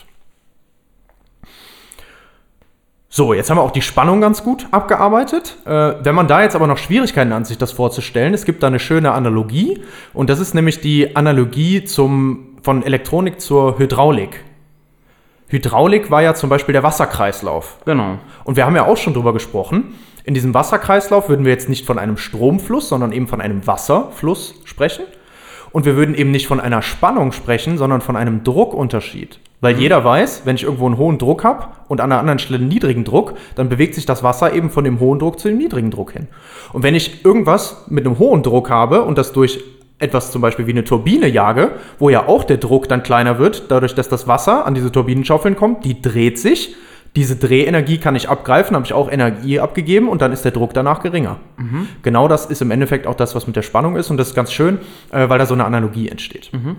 So, jetzt haben wir auch die Spannung ganz gut abgearbeitet. Äh, wenn man da jetzt aber noch Schwierigkeiten an sich das vorzustellen, es gibt da eine schöne Analogie und das ist nämlich die Analogie zum, von Elektronik zur Hydraulik. Hydraulik war ja zum Beispiel der Wasserkreislauf. Genau. Und wir haben ja auch schon drüber gesprochen. In diesem Wasserkreislauf würden wir jetzt nicht von einem Stromfluss, sondern eben von einem Wasserfluss sprechen. Und wir würden eben nicht von einer Spannung sprechen, sondern von einem Druckunterschied. Weil mhm. jeder weiß, wenn ich irgendwo einen hohen Druck habe und an einer anderen Stelle einen niedrigen Druck, dann bewegt sich das Wasser eben von dem hohen Druck zu dem niedrigen Druck hin. Und wenn ich irgendwas mit einem hohen Druck habe und das durch etwas zum Beispiel wie eine Turbine jage, wo ja auch der Druck dann kleiner wird, dadurch, dass das Wasser an diese Turbinenschaufeln kommt, die dreht sich, Diese Drehenergie kann ich abgreifen, habe ich auch Energie abgegeben und dann ist der Druck danach geringer. Mhm. Genau das ist im Endeffekt auch das, was mit der Spannung ist und das ist ganz schön, äh, weil da so eine Analogie entsteht. Mhm.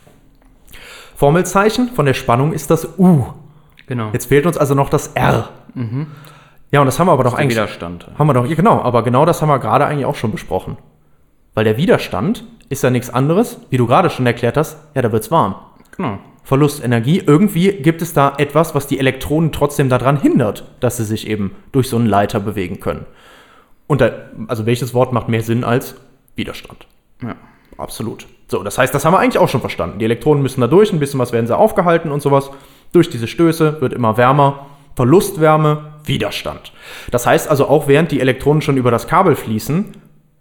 Formelzeichen von der Spannung ist das U. Genau. Jetzt fehlt uns also noch das R. Mhm. Ja, und das haben wir aber doch eigentlich... Widerstand. Haben wir doch, ja, genau, aber genau das haben wir gerade eigentlich auch schon besprochen. Weil der Widerstand ist ja nichts anderes, wie du gerade schon erklärt hast, ja, da wird's warm. Genau. Verlust Energie. Irgendwie gibt es da etwas, was die Elektronen trotzdem daran hindert, dass sie sich eben durch so einen Leiter bewegen können. Und da, also welches Wort macht mehr Sinn als Widerstand? Ja. Absolut. So, das heißt, das haben wir eigentlich auch schon verstanden. Die Elektronen müssen da durch, ein bisschen was werden sie aufgehalten und sowas. Durch diese Stöße wird immer wärmer. Verlustwärme, Widerstand. Das heißt also, auch während die Elektronen schon über das Kabel fließen,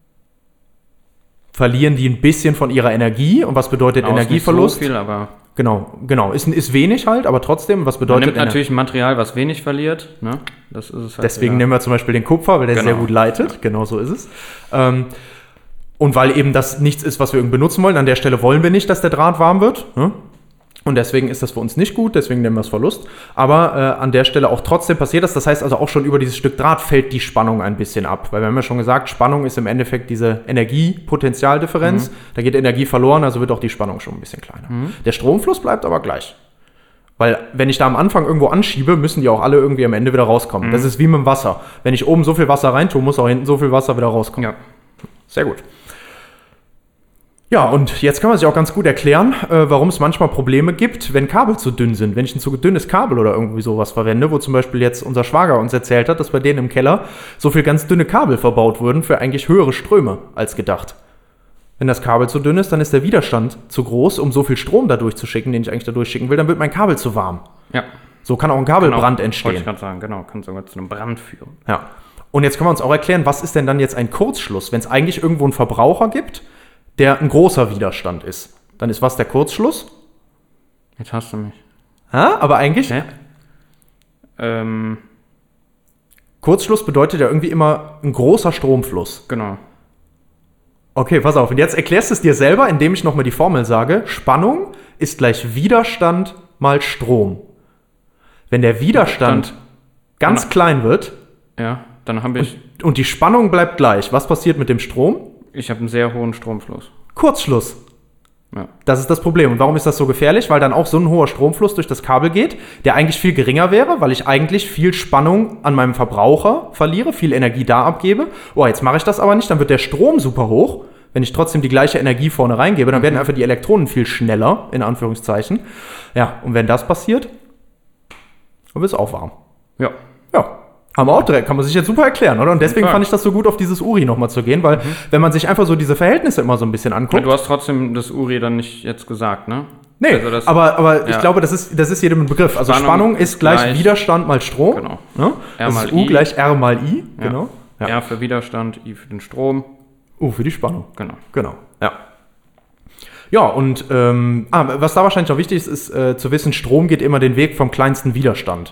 verlieren die ein bisschen von ihrer Energie. Und was bedeutet genau, Energieverlust? Ist nicht so viel, aber genau, genau. Ist, ist wenig halt, aber trotzdem, was bedeutet... Man nimmt natürlich ein Material, was wenig verliert. Ne? Das ist es halt. Deswegen wieder. nehmen wir zum Beispiel den Kupfer, weil der genau. sehr gut leitet. Ja. Genau so ist es. Ähm, und weil eben das nichts ist, was wir irgendwie benutzen wollen. An der Stelle wollen wir nicht, dass der Draht warm wird. Ne? Und deswegen ist das für uns nicht gut, deswegen nehmen wir es Verlust. Aber äh, an der Stelle auch trotzdem passiert das. Das heißt also auch schon über dieses Stück Draht fällt die Spannung ein bisschen ab. Weil wir haben ja schon gesagt, Spannung ist im Endeffekt diese Energiepotentialdifferenz. Mhm. Da geht Energie verloren, also wird auch die Spannung schon ein bisschen kleiner. Mhm. Der Stromfluss bleibt aber gleich. Weil wenn ich da am Anfang irgendwo anschiebe, müssen die auch alle irgendwie am Ende wieder rauskommen. Mhm. Das ist wie mit dem Wasser. Wenn ich oben so viel Wasser reintue, muss auch hinten so viel Wasser wieder rauskommen. Ja. Sehr gut. Ja, und jetzt kann man sich auch ganz gut erklären, äh, warum es manchmal Probleme gibt, wenn Kabel zu dünn sind. Wenn ich ein zu dünnes Kabel oder irgendwie sowas verwende, wo zum Beispiel jetzt unser Schwager uns erzählt hat, dass bei denen im Keller so viel ganz dünne Kabel verbaut wurden für eigentlich höhere Ströme als gedacht. Wenn das Kabel zu dünn ist, dann ist der Widerstand zu groß, um so viel Strom da durchzuschicken, den ich eigentlich da durchschicken will, dann wird mein Kabel zu warm. Ja. So kann auch ein Kabelbrand genau, entstehen. Wollte ich gerade sagen, genau, kann sogar zu einem Brand führen. Ja. Und jetzt können wir uns auch erklären, was ist denn dann jetzt ein Kurzschluss, wenn es eigentlich irgendwo einen Verbraucher gibt, der ein großer Widerstand ist. Dann ist was der Kurzschluss? Jetzt hast du mich. Ha? Aber eigentlich? Hä? Ähm. Kurzschluss bedeutet ja irgendwie immer ein großer Stromfluss. Genau. Okay, pass auf. Und jetzt erklärst du es dir selber, indem ich nochmal die Formel sage. Spannung ist gleich Widerstand mal Strom. Wenn der Widerstand dann, ganz dann, klein wird, ja, dann habe ich und, und die Spannung bleibt gleich, was passiert mit dem Strom? Ich habe einen sehr hohen Stromfluss. Kurzschluss. Ja. Das ist das Problem. Und warum ist das so gefährlich? Weil dann auch so ein hoher Stromfluss durch das Kabel geht, der eigentlich viel geringer wäre, weil ich eigentlich viel Spannung an meinem Verbraucher verliere, viel Energie da abgebe. Oh, jetzt mache ich das aber nicht, dann wird der Strom super hoch. Wenn ich trotzdem die gleiche Energie vorne reingebe, dann werden einfach die Elektronen viel schneller, in Anführungszeichen. Ja, und wenn das passiert, dann wird es auch warm. Ja. Ja. Haben wir auch direkt, kann man sich jetzt super erklären, oder? Und deswegen ja. fand ich das so gut, auf dieses Uri nochmal zu gehen, weil mhm. wenn man sich einfach so diese Verhältnisse immer so ein bisschen anguckt. Ja, du hast trotzdem das Uri dann nicht jetzt gesagt, ne? Nee, also das, aber, aber ja. ich glaube, das ist, das ist jedem ein Begriff. Also Spannung, Spannung ist gleich, gleich Widerstand mal Strom. Genau. Ne? Das ist U I gleich R mal I. Ja. Genau. Ja. R für Widerstand, I für den Strom. U für die Spannung. Genau. Genau, ja. Ja, und ähm, ah, was da wahrscheinlich noch wichtig ist, ist äh, zu wissen, Strom geht immer den Weg vom kleinsten Widerstand.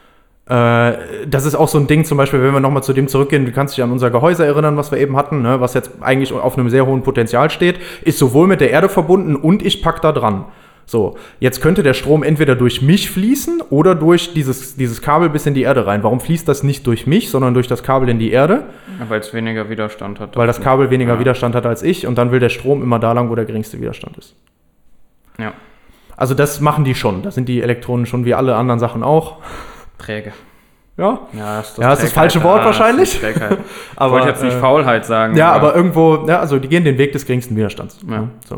Das ist auch so ein Ding, zum Beispiel, wenn wir nochmal zu dem zurückgehen, du kannst dich an unser Gehäuse erinnern, was wir eben hatten, ne, was jetzt eigentlich auf einem sehr hohen Potenzial steht, ist sowohl mit der Erde verbunden und ich pack da dran. So, jetzt könnte der Strom entweder durch mich fließen oder durch dieses, dieses Kabel bis in die Erde rein. Warum fließt das nicht durch mich, sondern durch das Kabel in die Erde? Ja, weil es weniger Widerstand hat. Weil das Kabel weniger ja. Widerstand hat als ich und dann will der Strom immer da lang, wo der geringste Widerstand ist. Ja. Also das machen die schon, da sind die Elektronen schon wie alle anderen Sachen auch. Träge. Ja, ja, das ist das, ja, das, ist das falsche Wort ah, wahrscheinlich. Ich wollte jetzt nicht äh, Faulheit sagen. Ja, aber, aber irgendwo, ja, also die gehen den Weg des geringsten Widerstands. Ja. So.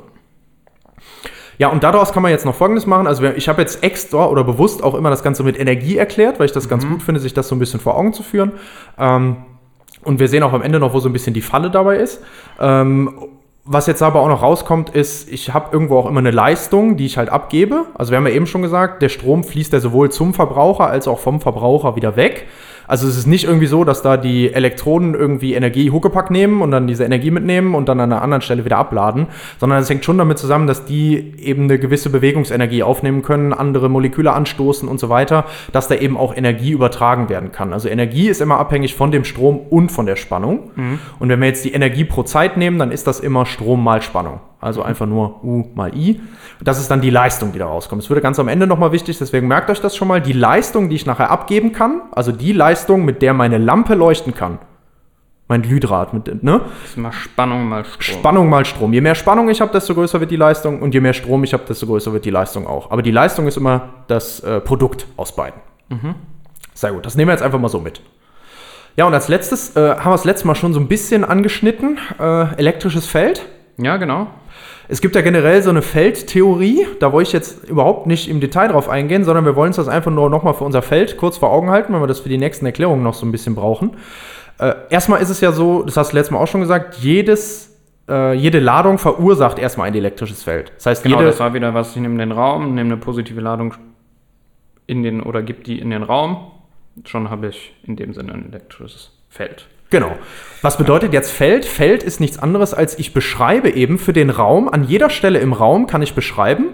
Ja, und daraus kann man jetzt noch Folgendes machen. Also ich habe jetzt extra oder bewusst auch immer das Ganze mit Energie erklärt, weil ich das mhm. ganz gut finde, sich das so ein bisschen vor Augen zu führen. Ähm, und wir sehen auch am Ende noch, wo so ein bisschen die Falle dabei ist. Ähm, Was jetzt aber auch noch rauskommt, ist, ich habe irgendwo auch immer eine Leistung, die ich halt abgebe. Also wir haben ja eben schon gesagt, der Strom fließt ja sowohl zum Verbraucher als auch vom Verbraucher wieder weg. Also es ist nicht irgendwie so, dass da die Elektronen irgendwie Energie Huckepack nehmen und dann diese Energie mitnehmen und dann an einer anderen Stelle wieder abladen, sondern es hängt schon damit zusammen, dass die eben eine gewisse Bewegungsenergie aufnehmen können, andere Moleküle anstoßen und so weiter, dass da eben auch Energie übertragen werden kann. Also Energie ist immer abhängig von dem Strom und von der Spannung. Mhm. Und wenn wir jetzt die Energie pro Zeit nehmen, dann ist das immer Strom mal Spannung. Also einfach nur U mal I. Das ist dann die Leistung, die da rauskommt. Es würde ganz am Ende nochmal wichtig, deswegen merkt euch das schon mal. Die Leistung, die ich nachher abgeben kann, also die Leistung, mit der meine Lampe leuchten kann. Mein Glühdraht. Mit, ne? Das ist mal Spannung mal Strom. Spannung mal Strom. Je mehr Spannung ich habe, desto größer wird die Leistung. Und je mehr Strom ich habe, desto größer wird die Leistung auch. Aber die Leistung ist immer das äh, Produkt aus beiden. Mhm. Sehr gut, das nehmen wir jetzt einfach mal so mit. Ja, und als letztes äh, haben wir das letzte Mal schon so ein bisschen angeschnitten. Äh, elektrisches Feld. Ja, genau. Es gibt ja generell so eine Feldtheorie, da wollte ich jetzt überhaupt nicht im Detail drauf eingehen, sondern wir wollen uns das einfach nur nochmal für unser Feld kurz vor Augen halten, weil wir das für die nächsten Erklärungen noch so ein bisschen brauchen. Äh, erstmal ist es ja so, das hast du letztes Mal auch schon gesagt, jedes, äh, jede Ladung verursacht erstmal ein elektrisches Feld. Das heißt, genau, jede, das war wieder was, ich nehme den Raum, nehme eine positive Ladung in den, oder gebe die in den Raum, schon habe ich in dem Sinne ein elektrisches Feld. Genau. Was bedeutet jetzt Feld? Feld ist nichts anderes, als ich beschreibe eben für den Raum, an jeder Stelle im Raum kann ich beschreiben,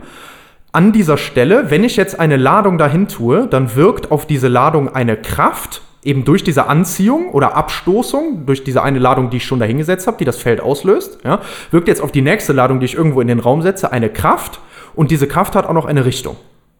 an dieser Stelle, wenn ich jetzt eine Ladung dahin tue, dann wirkt auf diese Ladung eine Kraft, eben durch diese Anziehung oder Abstoßung, durch diese eine Ladung, die ich schon dahingesetzt habe, die das Feld auslöst, ja, wirkt jetzt auf die nächste Ladung, die ich irgendwo in den Raum setze, eine Kraft und diese Kraft hat auch noch eine Richtung.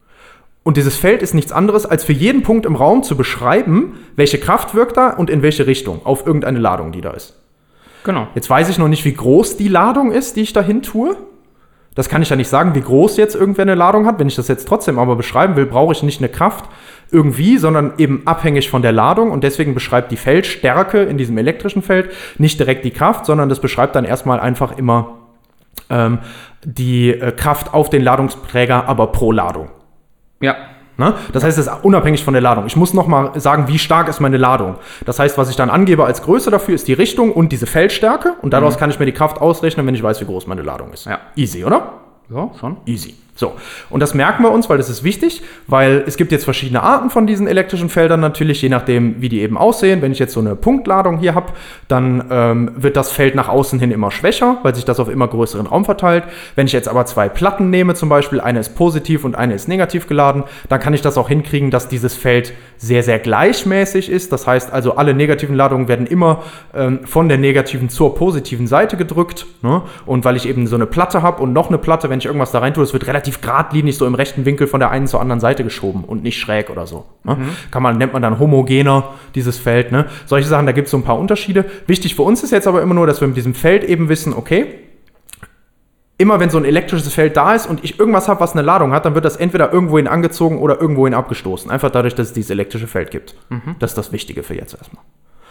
Und dieses Feld ist nichts anderes, als für jeden Punkt im Raum zu beschreiben, welche Kraft wirkt da und in welche Richtung auf irgendeine Ladung, die da ist. Genau. Jetzt weiß ich noch nicht, wie groß die Ladung ist, die ich dahin tue. Das kann ich ja nicht sagen, wie groß jetzt irgendwer eine Ladung hat. Wenn ich das jetzt trotzdem aber beschreiben will, brauche ich nicht eine Kraft irgendwie, sondern eben abhängig von der Ladung. Und deswegen beschreibt die Feldstärke in diesem elektrischen Feld nicht direkt die Kraft, sondern das beschreibt dann erstmal einfach immer ähm, die äh, Kraft auf den Ladungsträger, aber pro Ladung. Ja. Ne? Das heißt, es ist unabhängig von der Ladung. Ich muss nochmal sagen, wie stark ist meine Ladung. Das heißt, was ich dann angebe als Größe dafür, ist die Richtung und diese Feldstärke. Und daraus mhm. kann ich mir die Kraft ausrechnen, wenn ich weiß, wie groß meine Ladung ist. Ja. Easy, oder? Ja, schon. Easy. So, und das merken wir uns, weil das ist wichtig, weil es gibt jetzt verschiedene Arten von diesen elektrischen Feldern natürlich, je nachdem, wie die eben aussehen. Wenn ich jetzt so eine Punktladung hier habe, dann ähm, wird das Feld nach außen hin immer schwächer, weil sich das auf immer größeren Raum verteilt. Wenn ich jetzt aber zwei Platten nehme zum Beispiel, eine ist positiv und eine ist negativ geladen, dann kann ich das auch hinkriegen, dass dieses Feld sehr, sehr gleichmäßig ist. Das heißt also, alle negativen Ladungen werden immer ähm, von der negativen zur positiven Seite gedrückt. Ne? Und weil ich eben so eine Platte habe und noch eine Platte, wenn ich irgendwas da rein tue, es wird relativ geradlinig so im rechten Winkel von der einen zur anderen Seite geschoben und nicht schräg oder so. Ne? Mhm. Kann man, nennt man dann homogener, dieses Feld. Ne? Solche Sachen, da gibt es so ein paar Unterschiede. Wichtig für uns ist jetzt aber immer nur, dass wir mit diesem Feld eben wissen, okay, immer wenn so ein elektrisches Feld da ist und ich irgendwas habe, was eine Ladung hat, dann wird das entweder irgendwohin angezogen oder irgendwohin abgestoßen. Einfach dadurch, dass es dieses elektrische Feld gibt. Mhm. Das ist das Wichtige für jetzt erstmal.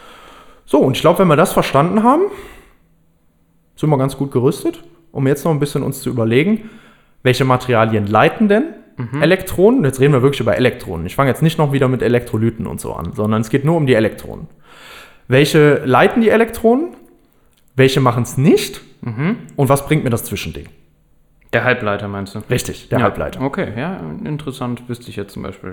So, und ich glaube, wenn wir das verstanden haben, sind wir ganz gut gerüstet, um jetzt noch ein bisschen uns zu überlegen, welche Materialien leiten denn mhm. Elektronen? Jetzt reden wir wirklich über Elektronen. Ich fange jetzt nicht noch wieder mit Elektrolyten und so an, sondern es geht nur um die Elektronen. Welche leiten die Elektronen? Welche machen es nicht? Mhm. Und was bringt mir das Zwischending? Der Halbleiter meinst du? Richtig, der ja. Halbleiter. Okay, ja, interessant, wüsste ich jetzt zum Beispiel.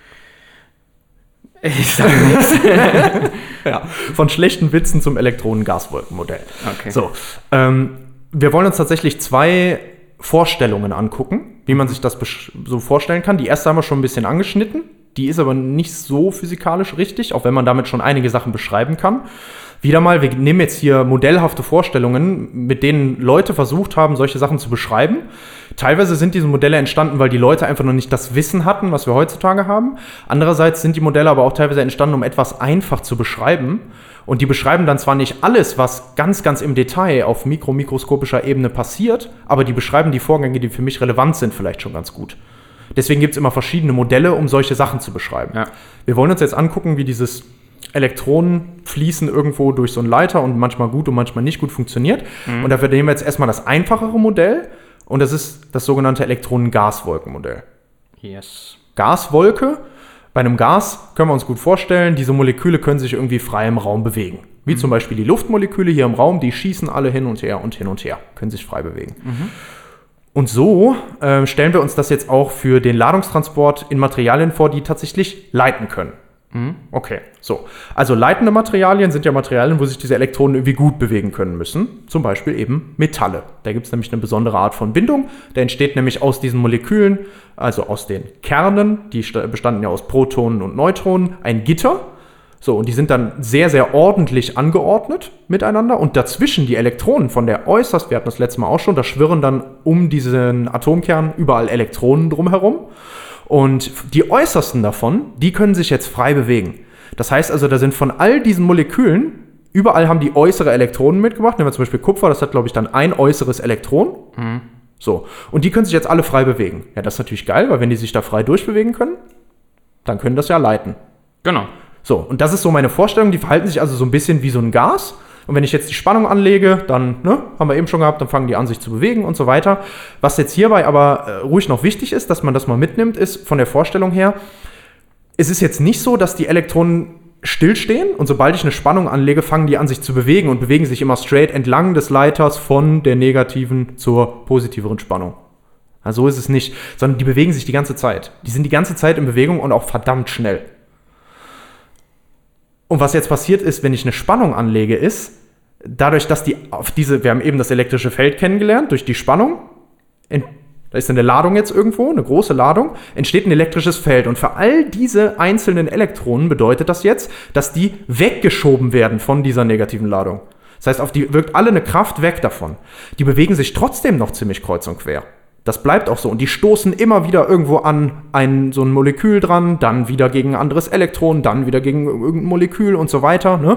Ich sag nichts. Ja, von schlechten Witzen zum Elektronengaswolkenmodell. Okay. So, ähm, wir wollen uns tatsächlich zwei Vorstellungen angucken, wie man sich das so vorstellen kann. Die erste haben wir schon ein bisschen angeschnitten. Die ist aber nicht so physikalisch richtig, auch wenn man damit schon einige Sachen beschreiben kann. Wieder mal, wir nehmen jetzt hier modellhafte Vorstellungen, mit denen Leute versucht haben, solche Sachen zu beschreiben. Teilweise sind diese Modelle entstanden, weil die Leute einfach noch nicht das Wissen hatten, was wir heutzutage haben. Andererseits sind die Modelle aber auch teilweise entstanden, um etwas einfach zu beschreiben. Und die beschreiben dann zwar nicht alles, was ganz, ganz im Detail auf mikro-mikroskopischer Ebene passiert, aber die beschreiben die Vorgänge, die für mich relevant sind, vielleicht schon ganz gut. Deswegen gibt es immer verschiedene Modelle, um solche Sachen zu beschreiben. Ja. Wir wollen uns jetzt angucken, wie dieses Elektronenfließen irgendwo durch so einen Leiter und manchmal gut und manchmal nicht gut funktioniert. Mhm. Und dafür nehmen wir jetzt erstmal das einfachere Modell und das ist das sogenannte Elektronengaswolkenmodell. Yes. Gaswolke. Bei einem Gas können wir uns gut vorstellen, diese Moleküle können sich irgendwie frei im Raum bewegen. Wie mhm. zum Beispiel die Luftmoleküle hier im Raum, die schießen alle hin und her und hin und her, können sich frei bewegen. Mhm. Und so äh, stellen wir uns das jetzt auch für den Ladungstransport in Materialien vor, die tatsächlich leiten können. Mhm. Okay, so. Also leitende Materialien sind ja Materialien, wo sich diese Elektronen irgendwie gut bewegen können müssen. Zum Beispiel eben Metalle. Da gibt es nämlich eine besondere Art von Bindung. Der entsteht nämlich aus diesen Molekülen, also aus den Kernen, die bestanden ja aus Protonen und Neutronen, ein Gitter. So, und die sind dann sehr, sehr ordentlich angeordnet miteinander und dazwischen die Elektronen von der äußerst, wir hatten das letzte Mal auch schon, da schwirren dann um diesen Atomkern überall Elektronen drumherum und die äußersten davon, die können sich jetzt frei bewegen. Das heißt also, da sind von all diesen Molekülen, überall haben die äußere Elektronen mitgebracht, nehmen wir zum Beispiel Kupfer, das hat glaube ich dann ein äußeres Elektron. Mhm. So, und die können sich jetzt alle frei bewegen. Ja, das ist natürlich geil, weil wenn die sich da frei durchbewegen können, dann können das ja leiten. Genau. So, und das ist so meine Vorstellung, die verhalten sich also so ein bisschen wie so ein Gas. Und wenn ich jetzt die Spannung anlege, dann, ne, haben wir eben schon gehabt, dann fangen die an, sich zu bewegen und so weiter. Was jetzt hierbei aber äh, ruhig noch wichtig ist, dass man das mal mitnimmt, ist von der Vorstellung her, es ist jetzt nicht so, dass die Elektronen stillstehen und sobald ich eine Spannung anlege, fangen die an, sich zu bewegen und bewegen sich immer straight entlang des Leiters von der negativen zur positiveren Spannung. Also so ist es nicht, sondern die bewegen sich die ganze Zeit. Die sind die ganze Zeit in Bewegung und auch verdammt schnell. Und was jetzt passiert ist, wenn ich eine Spannung anlege, ist, dadurch, dass die auf diese, wir haben eben das elektrische Feld kennengelernt, durch die Spannung, in, da ist eine Ladung jetzt irgendwo, eine große Ladung, entsteht ein elektrisches Feld. Und für all diese einzelnen Elektronen bedeutet das jetzt, dass die weggeschoben werden von dieser negativen Ladung. Das heißt, auf die wirkt alle eine Kraft weg davon. Die bewegen sich trotzdem noch ziemlich kreuz und quer. Das bleibt auch so. Und die stoßen immer wieder irgendwo an ein, so ein Molekül dran, dann wieder gegen ein anderes Elektron, dann wieder gegen irgendein Molekül und so weiter. Ne?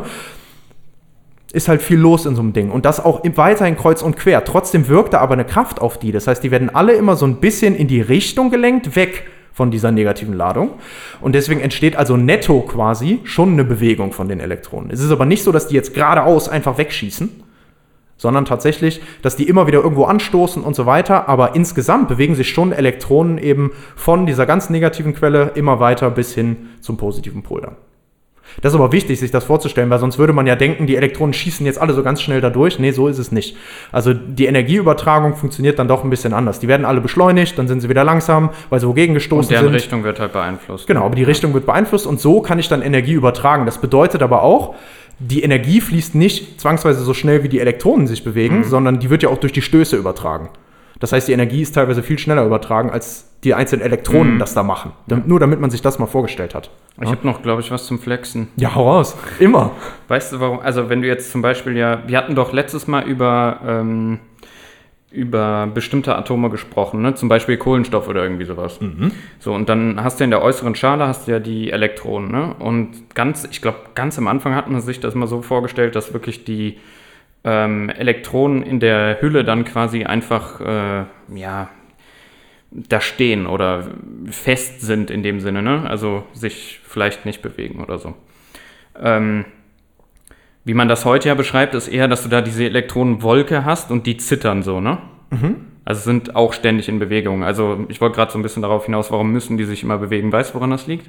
Ist halt viel los in so einem Ding. Und das auch weiterhin kreuz und quer. Trotzdem wirkt da aber eine Kraft auf die. Das heißt, die werden alle immer so ein bisschen in die Richtung gelenkt, weg von dieser negativen Ladung. Und deswegen entsteht also netto quasi schon eine Bewegung von den Elektronen. Es ist aber nicht so, dass die jetzt geradeaus einfach wegschießen, sondern tatsächlich, dass die immer wieder irgendwo anstoßen und so weiter, aber insgesamt bewegen sich schon Elektronen eben von dieser ganz negativen Quelle immer weiter bis hin zum positiven Pol dann. Das ist aber wichtig, sich das vorzustellen, weil sonst würde man ja denken, die Elektronen schießen jetzt alle so ganz schnell da durch. Nee, so ist es nicht. Also die Energieübertragung funktioniert dann doch ein bisschen anders. Die werden alle beschleunigt, dann sind sie wieder langsam, weil sie wogegen gestoßen sind. Und deren sind. Richtung wird halt beeinflusst. Genau, aber die Richtung wird beeinflusst und so kann ich dann Energie übertragen. Das bedeutet aber auch, die Energie fließt nicht zwangsweise so schnell, wie die Elektronen sich bewegen, mhm. sondern die wird ja auch durch die Stöße übertragen. Das heißt, die Energie ist teilweise viel schneller übertragen, als die einzelnen Elektronen mhm. das da machen. Ja. Nur damit man sich das mal vorgestellt hat. Ich ja? habe noch, glaube ich, was zum Flexen. Ja, hau raus. Immer. Weißt du, warum? Also wenn du jetzt zum Beispiel ja, wir hatten doch letztes Mal über, ähm, über bestimmte Atome gesprochen, ne? Zum Beispiel Kohlenstoff oder irgendwie sowas. Mhm. So, und dann hast du in der äußeren Schale hast du ja die Elektronen, ne? Und ganz, ich glaube, ganz am Anfang hat man sich das mal so vorgestellt, dass wirklich die ähm, Elektronen in der Hülle dann quasi einfach, äh, ja, da stehen oder fest sind in dem Sinne, ne? Also sich vielleicht nicht bewegen oder so. Ähm, Wie man das heute ja beschreibt, ist eher, dass du da diese Elektronenwolke hast und die zittern so, ne? Mhm. Also sind auch ständig in Bewegung. Also ich wollte gerade so ein bisschen darauf hinaus, warum müssen die sich immer bewegen? Weißt du, woran das liegt?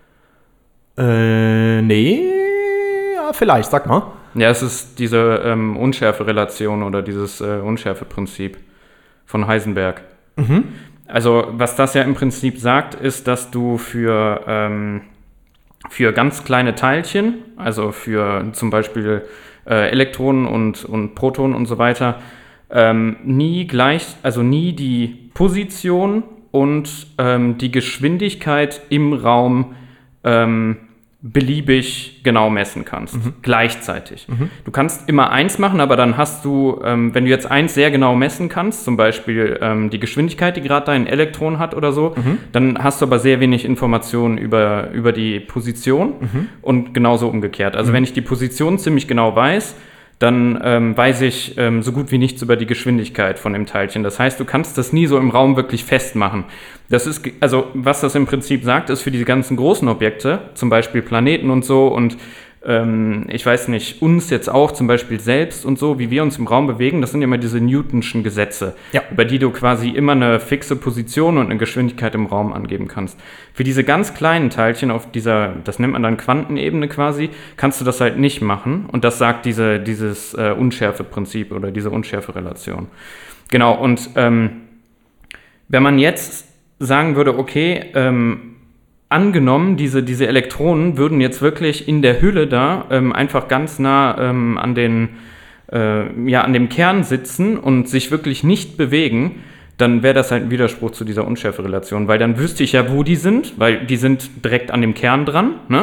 Äh, nee, ja, vielleicht, sag mal. Ja, es ist diese ähm, Unschärferelation oder dieses äh, Unschärfeprinzip von Heisenberg. Mhm. Also was das ja im Prinzip sagt, ist, dass du für... Ähm, Für ganz kleine Teilchen, also für zum Beispiel äh, Elektronen und, und Protonen und so weiter, ähm, nie gleich, also nie die Position und ähm, die Geschwindigkeit im Raum ähm, beliebig genau messen kannst, mhm. gleichzeitig. Mhm. Du kannst immer eins machen, aber dann hast du, ähm, wenn du jetzt eins sehr genau messen kannst, zum Beispiel ähm, die Geschwindigkeit, die gerade dein Elektron hat oder so, mhm. dann hast du aber sehr wenig Informationen über, über die Position mhm. und genauso umgekehrt. Also mhm. wenn ich die Position ziemlich genau weiß, dann ähm, weiß ich ähm, so gut wie nichts über die Geschwindigkeit von dem Teilchen. Das heißt, du kannst das nie so im Raum wirklich festmachen. Das ist, also was das im Prinzip sagt, ist für diese ganzen großen Objekte, zum Beispiel Planeten und so und ähm, ich weiß nicht, uns jetzt auch zum Beispiel selbst und so, wie wir uns im Raum bewegen, das sind ja immer diese Newtonschen Gesetze, ja. über die du quasi immer eine fixe Position und eine Geschwindigkeit im Raum angeben kannst. Für diese ganz kleinen Teilchen auf dieser, das nennt man dann Quantenebene quasi, kannst du das halt nicht machen und das sagt diese, dieses äh, Unschärfeprinzip oder diese Unschärferelation. Genau, und ähm, wenn man jetzt sagen würde, okay, ähm, angenommen, diese, diese Elektronen würden jetzt wirklich in der Hülle da ähm, einfach ganz nah ähm, an, den, äh, ja, an dem Kern sitzen und sich wirklich nicht bewegen, dann wäre das halt ein Widerspruch zu dieser Unschärferelation, weil dann wüsste ich ja, wo die sind, weil die sind direkt an dem Kern dran, ne?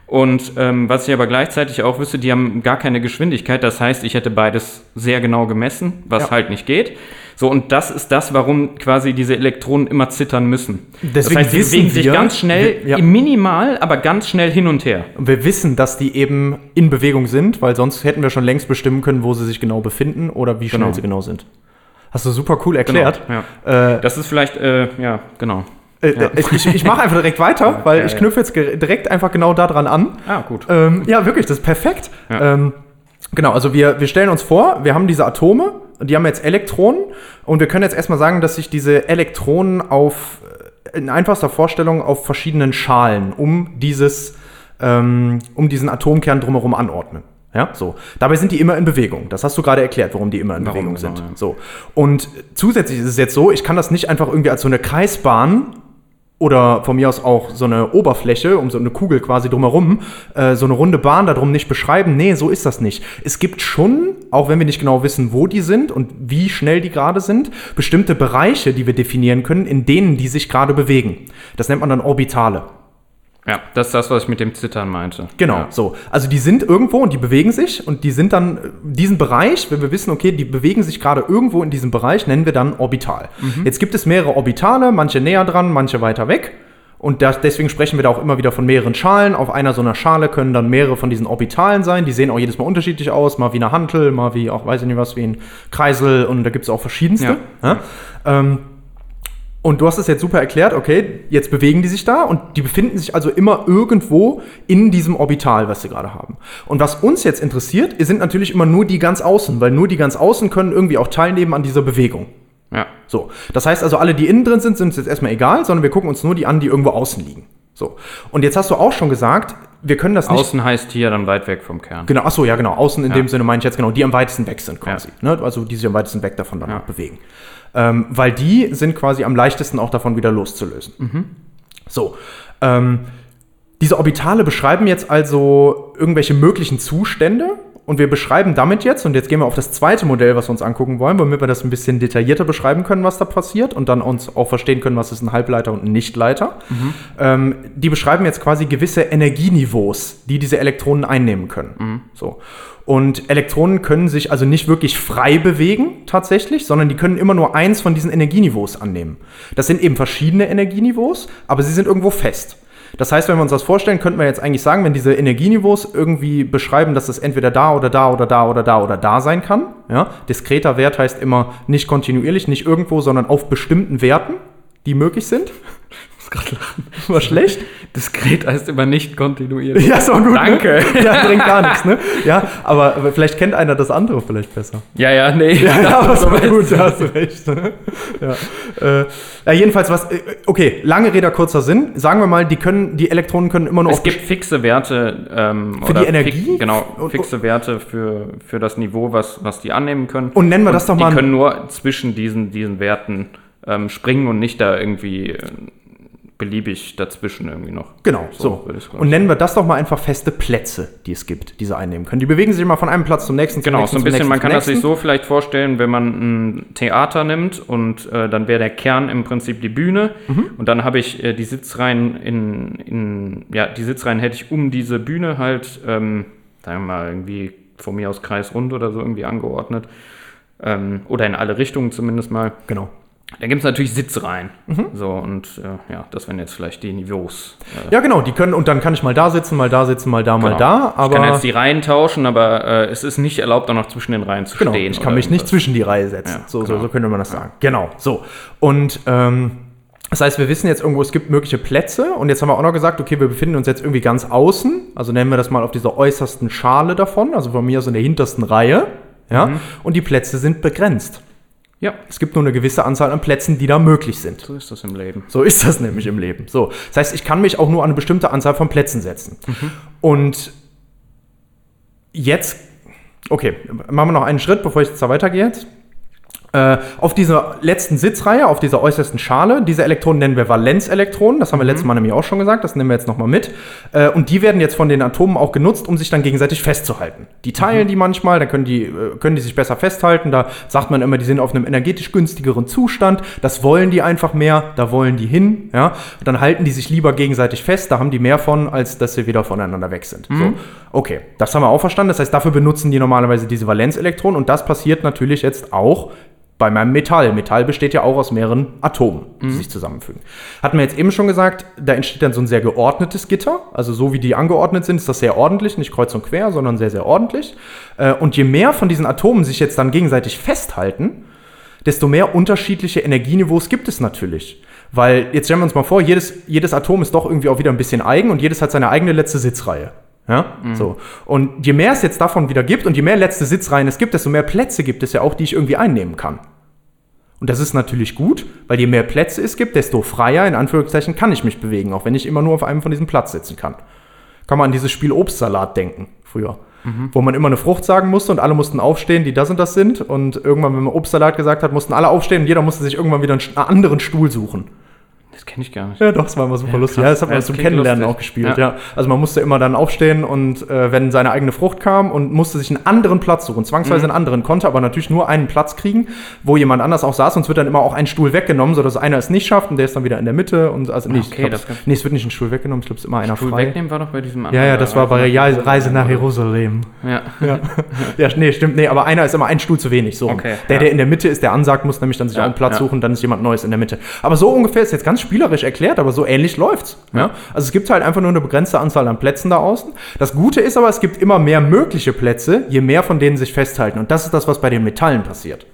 Und ähm, was ich aber gleichzeitig auch wüsste, die haben gar keine Geschwindigkeit. Das heißt, ich hätte beides sehr genau gemessen, was ja. halt nicht geht. So, und das ist das, warum quasi diese Elektronen immer zittern müssen. Deswegen das heißt, sie bewegen sich ganz schnell, wir, ja. minimal, aber ganz schnell hin und her. Und wir wissen, dass die eben in Bewegung sind, weil sonst hätten wir schon längst bestimmen können, wo sie sich genau befinden oder wie schnell genau. sie genau sind. Hast du super cool erklärt. Genau, ja. äh, das ist vielleicht, äh, ja, genau. Ja. Ich, ich mache einfach direkt weiter, weil ja, ich knüpfe jetzt direkt einfach genau daran an. Ah, gut. Ähm, ja, wirklich, das ist perfekt. Ja. Ähm, genau, also wir, wir stellen uns vor, wir haben diese Atome, die haben jetzt Elektronen und wir können jetzt erstmal sagen, dass sich diese Elektronen auf, in einfachster Vorstellung, auf verschiedenen Schalen um dieses, ähm, um diesen Atomkern drumherum anordnen. Ja, so. Dabei sind die immer in Bewegung. Das hast du gerade erklärt, warum die immer in warum Bewegung sind. Genau, ja. So. Und zusätzlich ist es jetzt so, ich kann das nicht einfach irgendwie als so eine Kreisbahn oder von mir aus auch so eine Oberfläche, um so eine Kugel quasi drumherum, äh, so eine runde Bahn darum nicht beschreiben. Nee, so ist das nicht. Es gibt schon, auch wenn wir nicht genau wissen, wo die sind und wie schnell die gerade sind, bestimmte Bereiche, die wir definieren können, in denen die sich gerade bewegen. Das nennt man dann Orbitale. Ja, das ist das, was ich mit dem Zittern meinte. Genau, ja. so. Also die sind irgendwo und die bewegen sich und die sind dann, diesen Bereich, wenn wir wissen, okay, die bewegen sich gerade irgendwo in diesem Bereich, nennen wir dann Orbital. Mhm. Jetzt gibt es mehrere Orbitale, manche näher dran, manche weiter weg. Und das, deswegen sprechen wir da auch immer wieder von mehreren Schalen. Auf einer so einer Schale können dann mehrere von diesen Orbitalen sein. Die sehen auch jedes Mal unterschiedlich aus. Mal wie eine Hantel, mal wie auch, weiß ich nicht was, wie ein Kreisel. Und da gibt es auch verschiedenste. Ja. Ja? Ähm, Und du hast es jetzt super erklärt, okay, jetzt bewegen die sich da und die befinden sich also immer irgendwo in diesem Orbital, was sie gerade haben. Und was uns jetzt interessiert, sind natürlich immer nur die ganz außen, weil nur die ganz außen können irgendwie auch teilnehmen an dieser Bewegung. Ja. So, das heißt also, alle, die innen drin sind, sind uns jetzt erstmal egal, sondern wir gucken uns nur die an, die irgendwo außen liegen. So. Und jetzt hast du auch schon gesagt, wir können das nicht... Außen heißt hier dann weit weg vom Kern. Genau, achso, ja genau, außen in ja. dem Sinne meine ich jetzt genau, die am weitesten weg sind quasi. Ja. Ne? Also die sich am weitesten weg davon dann ja. auch bewegen. Ähm, weil die sind quasi am leichtesten auch davon wieder loszulösen. Mhm. So, ähm, diese Orbitale beschreiben jetzt also irgendwelche möglichen Zustände und wir beschreiben damit jetzt, und jetzt gehen wir auf das zweite Modell, was wir uns angucken wollen, damit wir das ein bisschen detaillierter beschreiben können, was da passiert und dann uns auch verstehen können, was ist ein Halbleiter und ein Nichtleiter. Mhm. Ähm, die beschreiben jetzt quasi gewisse Energieniveaus, die diese Elektronen einnehmen können. Mhm. So. Und Elektronen können sich also nicht wirklich frei bewegen, tatsächlich, sondern die können immer nur eins von diesen Energieniveaus annehmen. Das sind eben verschiedene Energieniveaus, aber sie sind irgendwo fest. Das heißt, wenn wir uns das vorstellen, könnten wir jetzt eigentlich sagen, wenn diese Energieniveaus irgendwie beschreiben, dass das entweder da oder da oder da oder da oder da sein kann. Ja? Diskreter Wert heißt immer nicht kontinuierlich, nicht irgendwo, sondern auf bestimmten Werten, die möglich sind. Ich muss gerade lachen. War schlecht? Diskret heißt immer nicht kontinuierlich. Ja, so gut. Danke. Ne? Ja, bringt gar nichts, ne? Ja, aber, aber vielleicht kennt einer das andere vielleicht besser. Ja, ja, nee. Ja, ja aber so gut, da hast du recht. Ne? Ja. Äh, ja, jedenfalls was, okay, lange Rede, kurzer Sinn. Sagen wir mal, die können, die Elektronen können immer nur Es gibt fixe Werte. Ähm, für oder die Energie? Fix, genau, fixe Werte für, für das Niveau, was, was die annehmen können. Und nennen wir das doch mal... Die können nur zwischen diesen, diesen Werten ähm, springen und nicht da irgendwie... Äh, beliebig dazwischen irgendwie noch. Genau, so. so. Und nennen wir das doch mal einfach feste Plätze, die es gibt, die sie einnehmen können. Die bewegen sich immer von einem Platz zum nächsten, zum genau, nächsten, so ein bisschen, nächsten, man kann nächsten. das sich so vielleicht vorstellen, wenn man ein Theater nimmt und äh, dann wäre der Kern im Prinzip die Bühne mhm. und dann habe ich äh, die Sitzreihen in, in, ja, die Sitzreihen hätte ich um diese Bühne halt, ähm, sagen wir mal, irgendwie von mir aus kreisrund oder so irgendwie angeordnet. Ähm, oder in alle Richtungen zumindest mal. Genau. Da gibt es natürlich Sitzreihen. Mhm. So, und äh, ja, das wären jetzt vielleicht die Niveaus. Äh. Ja, genau, die können, und dann kann ich mal da sitzen, mal da sitzen, mal da, genau. mal da. Aber ich kann jetzt die Reihen tauschen, aber äh, es ist nicht erlaubt, auch noch zwischen den Reihen zu genau, stehen. Ich kann mich irgendwas. nicht zwischen die Reihe setzen. Ja, so, genau. so, so könnte man das sagen. Ja. Genau, so. Und ähm, das heißt, wir wissen jetzt irgendwo, es gibt mögliche Plätze. Und jetzt haben wir auch noch gesagt, okay, wir befinden uns jetzt irgendwie ganz außen. Also nennen wir das mal auf dieser äußersten Schale davon. Also von mir aus in der hintersten Reihe. Ja? Mhm. Und die Plätze sind begrenzt. Ja, es gibt nur eine gewisse Anzahl an Plätzen, die da möglich sind. So ist das im Leben. So ist das nämlich im Leben. So, das heißt, ich kann mich auch nur an eine bestimmte Anzahl von Plätzen setzen. Mhm. Und jetzt, okay, machen wir noch einen Schritt, bevor ich jetzt da weitergehe jetzt. Äh, auf dieser letzten Sitzreihe, auf dieser äußersten Schale, diese Elektronen nennen wir Valenzelektronen, das haben wir mhm. letztes Mal nämlich auch schon gesagt, das nehmen wir jetzt nochmal mit. Äh, und die werden jetzt von den Atomen auch genutzt, um sich dann gegenseitig festzuhalten. Die teilen mhm. die manchmal, dann können die, äh, können die sich besser festhalten, da sagt man immer, die sind auf einem energetisch günstigeren Zustand, das wollen die einfach mehr, da wollen die hin, ja. Und dann halten die sich lieber gegenseitig fest, da haben die mehr von, als dass sie wieder voneinander weg sind. Mhm. So, okay, das haben wir auch verstanden, das heißt, dafür benutzen die normalerweise diese Valenzelektronen und das passiert natürlich jetzt auch bei meinem Metall. Metall besteht ja auch aus mehreren Atomen, die mhm. sich zusammenfügen. Hatten wir jetzt eben schon gesagt, da entsteht dann so ein sehr geordnetes Gitter. Also so wie die angeordnet sind, ist das sehr ordentlich, nicht kreuz und quer, sondern sehr, sehr ordentlich. Und je mehr von diesen Atomen sich jetzt dann gegenseitig festhalten, desto mehr unterschiedliche Energieniveaus gibt es natürlich. Weil, jetzt stellen wir uns mal vor, jedes, jedes Atom ist doch irgendwie auch wieder ein bisschen eigen und jedes hat seine eigene letzte Sitzreihe. Ja, mhm. so. Und je mehr es jetzt davon wieder gibt und je mehr letzte Sitzreihen es gibt, desto mehr Plätze gibt es ja auch, die ich irgendwie einnehmen kann. Und das ist natürlich gut, weil je mehr Plätze es gibt, desto freier, in Anführungszeichen, kann ich mich bewegen, auch wenn ich immer nur auf einem von diesem Platz sitzen kann. Kann man an dieses Spiel Obstsalat denken, früher. Mhm. Wo man immer eine Frucht sagen musste und alle mussten aufstehen, die das und das sind. Und irgendwann, wenn man Obstsalat gesagt hat, mussten alle aufstehen und jeder musste sich irgendwann wieder einen anderen Stuhl suchen. Das kenne ich gar nicht. Ja, doch, das war immer super ja, lustig. Ja, das hat man ja, zum Kennenlernen lustig. Auch gespielt. Ja. Ja. Also man musste immer dann aufstehen und äh, wenn seine eigene Frucht kam und musste sich einen anderen Platz suchen, zwangsweise mhm. einen anderen, konnte aber natürlich nur einen Platz kriegen, wo jemand anders auch saß, sonst wird dann immer auch ein Stuhl weggenommen, sodass einer es nicht schafft und der ist dann wieder in der Mitte. Und also nee, okay, glaub, nee, es wird nicht ein Stuhl weggenommen, ich glaube, es ist immer einer Stuhl frei. Stuhl wegnehmen war doch bei diesem anderen. Ja, ja, das war bei ja, Reise nach Jerusalem. Ja. Ja. Ja, nee, stimmt, nee, aber einer ist immer ein Stuhl zu wenig. So. Okay, der, ja. der in der Mitte ist, der ansagt, muss nämlich dann sich ja, auch einen Platz ja. suchen, dann ist jemand Neues in der Mitte. Aber so ungefähr ist jetzt ganz spielerisch erklärt, aber so ähnlich läuft's. Ja. Ja? Also es gibt halt einfach nur eine begrenzte Anzahl an Plätzen da außen. Das Gute ist aber, es gibt immer mehr mögliche Plätze, je mehr von denen sich festhalten. Und das ist das, was bei den Metallen passiert.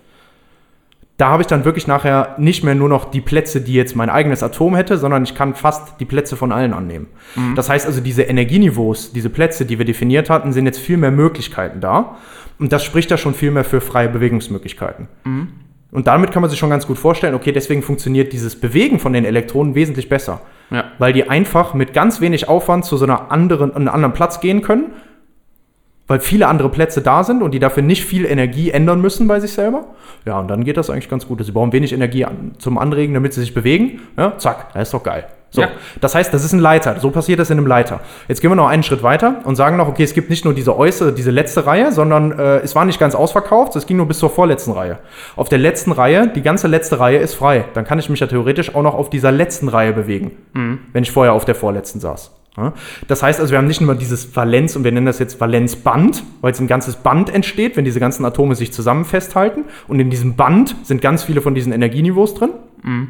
Da habe ich dann wirklich nachher nicht mehr nur noch die Plätze, die jetzt mein eigenes Atom hätte, sondern ich kann fast die Plätze von allen annehmen. Mhm. Das heißt also, diese Energieniveaus, diese Plätze, die wir definiert hatten, sind jetzt viel mehr Möglichkeiten da. Und das spricht da schon viel mehr für freie Bewegungsmöglichkeiten. Mhm. Und damit kann man sich schon ganz gut vorstellen, okay, deswegen funktioniert dieses Bewegen von den Elektronen wesentlich besser. Ja. Weil die einfach mit ganz wenig Aufwand zu so einer anderen, einem anderen Platz gehen können, weil viele andere Plätze da sind und die dafür nicht viel Energie ändern müssen bei sich selber. Ja, und dann geht das eigentlich ganz gut. Sie brauchen wenig Energie an, zum Anregen, damit sie sich bewegen. Ja, zack, das ist doch geil. So, ja. Das heißt, das ist ein Leiter. So passiert das in einem Leiter. Jetzt gehen wir noch einen Schritt weiter und sagen noch, okay, es gibt nicht nur diese äußere, diese letzte Reihe, sondern äh, es war nicht ganz ausverkauft, es ging nur bis zur vorletzten Reihe. Auf der letzten Reihe, die ganze letzte Reihe ist frei. Dann kann ich mich ja theoretisch auch noch auf dieser letzten Reihe bewegen, mhm. wenn ich vorher auf der vorletzten saß. Ja? Das heißt also, wir haben nicht nur dieses Valenz, und wir nennen das jetzt Valenzband, weil es ein ganzes Band entsteht, wenn diese ganzen Atome sich zusammen festhalten. Und in diesem Band sind ganz viele von diesen Energieniveaus drin. Mhm.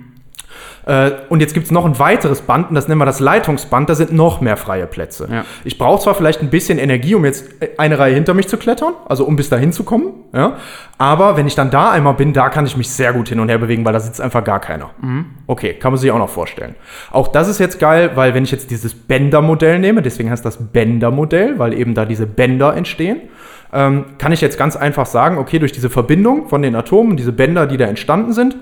Und jetzt gibt es noch ein weiteres Band, und das nennen wir das Leitungsband, da sind noch mehr freie Plätze. Ja. Ich brauche zwar vielleicht ein bisschen Energie, um jetzt eine Reihe hinter mich zu klettern, also um bis dahin zu kommen, ja? Aber wenn ich dann da einmal bin, da kann ich mich sehr gut hin und her bewegen, weil da sitzt einfach gar keiner. Mhm. Okay, kann man sich auch noch vorstellen. Auch das ist jetzt geil, weil wenn ich jetzt dieses Bänder-Modell nehme, deswegen heißt das Bänder-Modell, weil eben da diese Bänder entstehen, ähm, kann ich jetzt ganz einfach sagen, okay, durch diese Verbindung von den Atomen, diese Bänder, die da entstanden sind,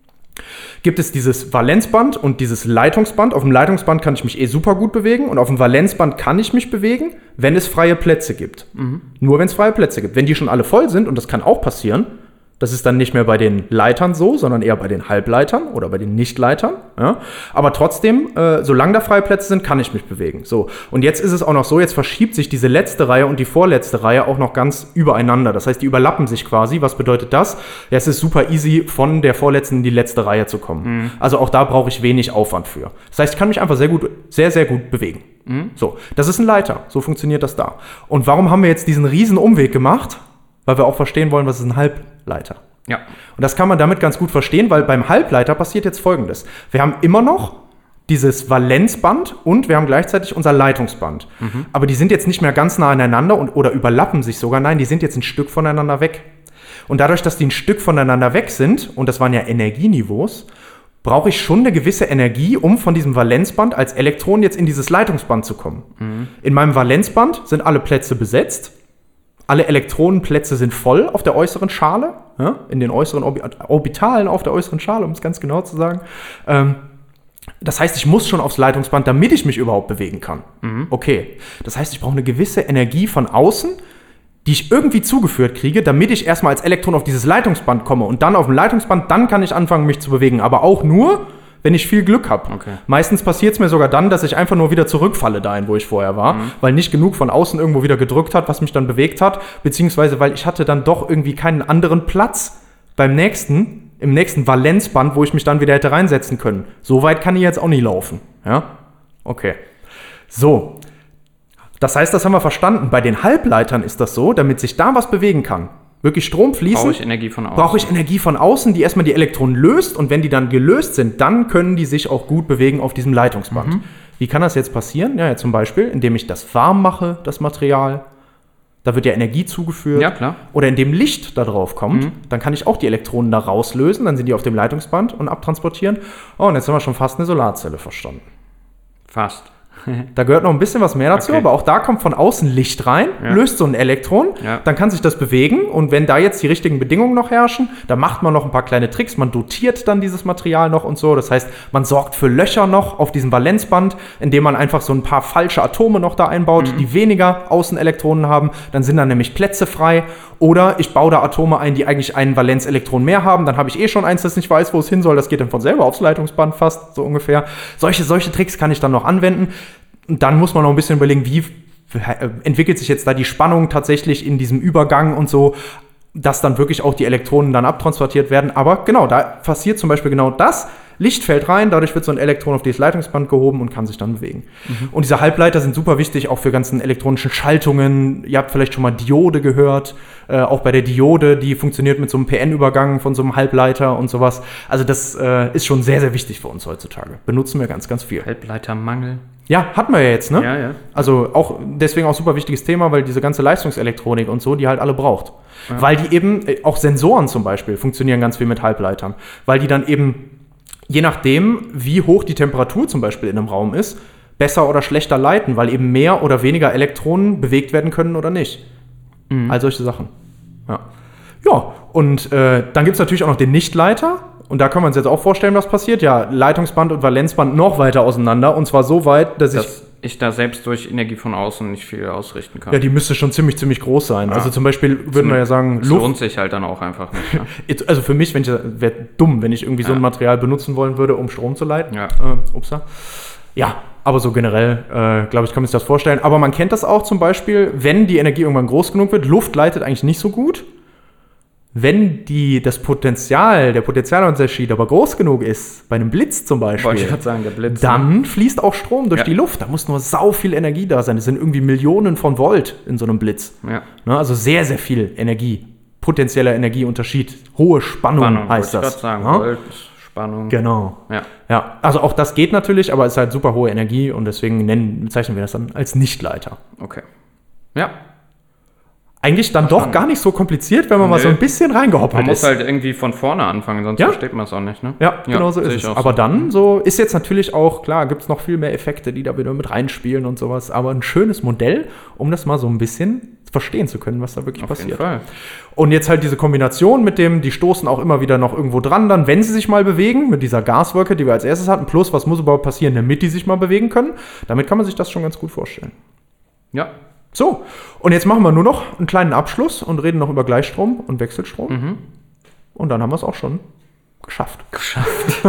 gibt es dieses Valenzband und dieses Leitungsband. Auf dem Leitungsband kann ich mich eh super gut bewegen und auf dem Valenzband kann ich mich bewegen, wenn es freie Plätze gibt. Mhm. Nur wenn es freie Plätze gibt. Wenn die schon alle voll sind, und das kann auch passieren, das ist dann nicht mehr bei den Leitern so, sondern eher bei den Halbleitern oder bei den Nichtleitern. Ja? Aber trotzdem, äh, solange da freie Plätze sind, kann ich mich bewegen. So. Und jetzt ist es auch noch so, jetzt verschiebt sich diese letzte Reihe und die vorletzte Reihe auch noch ganz übereinander. Das heißt, die überlappen sich quasi. Was bedeutet das? Ja, es ist super easy, von der vorletzten in die letzte Reihe zu kommen. Mhm. Also auch da brauche ich wenig Aufwand für. Das heißt, ich kann mich einfach sehr gut, sehr, sehr gut bewegen. Mhm. So, das ist ein Leiter. So funktioniert das da. Und warum haben wir jetzt diesen riesen Umweg gemacht? Weil wir auch verstehen wollen, was ist ein Halbleiter. Ja. Und das kann man damit ganz gut verstehen, weil beim Halbleiter passiert jetzt Folgendes. Wir haben immer noch dieses Valenzband und wir haben gleichzeitig unser Leitungsband. Mhm. Aber die sind jetzt nicht mehr ganz nah aneinander und, oder überlappen sich sogar. Nein, die sind jetzt ein Stück voneinander weg. Und dadurch, dass die ein Stück voneinander weg sind, und das waren ja Energieniveaus, brauche ich schon eine gewisse Energie, um von diesem Valenzband als Elektron jetzt in dieses Leitungsband zu kommen. Mhm. In meinem Valenzband sind alle Plätze besetzt. Alle Elektronenplätze sind voll auf der äußeren Schale, ja, in den äußeren Orbitalen auf der äußeren Schale, um es ganz genau zu sagen. Ähm, das heißt, ich muss schon aufs Leitungsband, damit ich mich überhaupt bewegen kann. Mhm. Okay, das heißt, ich brauche eine gewisse Energie von außen, die ich irgendwie zugeführt kriege, damit ich erstmal als Elektron auf dieses Leitungsband komme. Und dann auf dem Leitungsband, dann kann ich anfangen, mich zu bewegen. Aber auch nur, wenn ich viel Glück habe. Okay. Meistens passiert es mir sogar dann, dass ich einfach nur wieder zurückfalle dahin, wo ich vorher war, mhm. weil nicht genug von außen irgendwo wieder gedrückt hat, was mich dann bewegt hat, beziehungsweise weil ich hatte dann doch irgendwie keinen anderen Platz beim nächsten, im nächsten Valenzband, wo ich mich dann wieder hätte reinsetzen können. So weit kann ich jetzt auch nicht laufen. Ja? Okay. So. Das heißt, das haben wir verstanden. Bei den Halbleitern ist das so, damit sich da was bewegen kann, wirklich Strom fließen, brauche ich Energie von außen. Brauche ich Energie von außen, die erstmal die Elektronen löst, und wenn die dann gelöst sind, dann können die sich auch gut bewegen auf diesem Leitungsband. Mhm. Wie kann das jetzt passieren? Ja, ja, zum Beispiel, indem ich das warm mache, das Material. Da wird ja Energie zugeführt. Ja, klar. Oder indem Licht da drauf kommt, Mhm. dann kann ich auch die Elektronen da rauslösen, dann sind die auf dem Leitungsband und abtransportieren. Oh, und jetzt haben wir schon fast eine Solarzelle verstanden. Fast. Da gehört noch ein bisschen was mehr dazu, Okay. aber auch da kommt von außen Licht rein, Ja. löst so ein Elektron, Ja. dann kann sich das bewegen, und wenn da jetzt die richtigen Bedingungen noch herrschen, dann macht man noch ein paar kleine Tricks, man dotiert dann dieses Material noch und so, das heißt, man sorgt für Löcher noch auf diesem Valenzband, indem man einfach so ein paar falsche Atome noch da einbaut, Mhm. die weniger Außenelektronen haben, dann sind da nämlich Plätze frei, oder ich baue da Atome ein, die eigentlich einen Valenzelektron mehr haben, dann habe ich eh schon eins, das nicht weiß, wo es hin soll, das geht dann von selber aufs Leitungsband fast, so ungefähr. Solche, solche Tricks kann ich dann noch anwenden. Und dann muss man noch ein bisschen überlegen, wie entwickelt sich jetzt da die Spannung tatsächlich in diesem Übergang und so, dass dann wirklich auch die Elektronen dann abtransportiert werden. Aber genau, da passiert zum Beispiel genau das. Licht fällt rein, dadurch wird so ein Elektron auf dieses Leitungsband gehoben und kann sich dann bewegen. Mhm. Und diese Halbleiter sind super wichtig, auch für ganzen elektronischen Schaltungen. Ihr habt vielleicht schon mal Diode gehört. Äh, auch bei der Diode, die funktioniert mit so einem P N-Übergang von so einem Halbleiter und sowas. Also das äh, ist schon sehr, sehr wichtig für uns heutzutage. Benutzen wir ganz, ganz viel. Halbleitermangel. Ja, hatten wir ja jetzt, ne? Ja, ja. Also auch deswegen auch super wichtiges Thema, weil diese ganze Leistungselektronik und so, die halt alle braucht. Ja. Weil die eben, auch Sensoren zum Beispiel, funktionieren ganz viel mit Halbleitern. Weil die dann eben, je nachdem, wie hoch die Temperatur zum Beispiel in einem Raum ist, besser oder schlechter leiten, weil eben mehr oder weniger Elektronen bewegt werden können oder nicht. Mhm. All solche Sachen. Ja, ja, und äh, dann gibt es natürlich auch noch den Nichtleiter. Und da kann man uns jetzt auch vorstellen, was passiert. Ja, Leitungsband und Valenzband noch weiter auseinander. Und zwar so weit, dass, dass ich, ich da selbst durch Energie von außen nicht viel ausrichten kann. Ja, die müsste schon ziemlich, ziemlich groß sein. Ja. Also zum Beispiel würden zum, wir ja sagen, das Luft. lohnt sich halt dann auch einfach nicht. Ne? Also für mich, wenn ich wäre dumm, wenn ich irgendwie ja. so ein Material benutzen wollen würde, um Strom zu leiten. Ja, äh, upsa. Ja, aber so generell, äh, glaube ich, kann man sich das vorstellen. Aber man kennt das auch zum Beispiel, wenn die Energie irgendwann groß genug wird. Luft leitet eigentlich nicht so gut. Wenn die, das Potenzial, der Potentialunterschied aber groß genug ist, bei einem Blitz zum Beispiel, wollte ich gerade sagen, der Blitz, dann ne? fließt auch Strom durch ja. die Luft. Da muss nur sau viel Energie da sein. Das sind irgendwie Millionen von Volt in so einem Blitz. Ja. Ne, also sehr, sehr viel Energie. Potenzieller Energieunterschied. Hohe Spannung, Spannung heißt das. Ich sagen, ja? Volt, Spannung. Genau. Ja. ja. Also auch das geht natürlich, aber es ist halt super hohe Energie, und deswegen nennen, bezeichnen wir das dann als Nichtleiter. Okay. Ja. Eigentlich dann doch gar nicht so kompliziert, wenn man nee. mal so ein bisschen reingehoppert ist. Man muss halt irgendwie von vorne anfangen, sonst ja? versteht man es auch nicht. Ne? Ja, genau ja, so ist es. Aber so. Dann so ist jetzt natürlich auch, klar, gibt es noch viel mehr Effekte, die da wieder mit reinspielen und sowas. Aber ein schönes Modell, um das mal so ein bisschen verstehen zu können, was da wirklich Auf passiert. Jeden Fall. Und jetzt halt diese Kombination mit dem, die stoßen auch immer wieder noch irgendwo dran, dann, wenn sie sich mal bewegen, mit dieser Gaswolke, die wir als erstes hatten, plus was muss überhaupt passieren, damit die sich mal bewegen können. Damit kann man sich das schon ganz gut vorstellen. Ja. So, und jetzt machen wir nur noch einen kleinen Abschluss und reden noch über Gleichstrom und Wechselstrom. Mhm. Und dann haben wir es auch schon geschafft. Geschafft.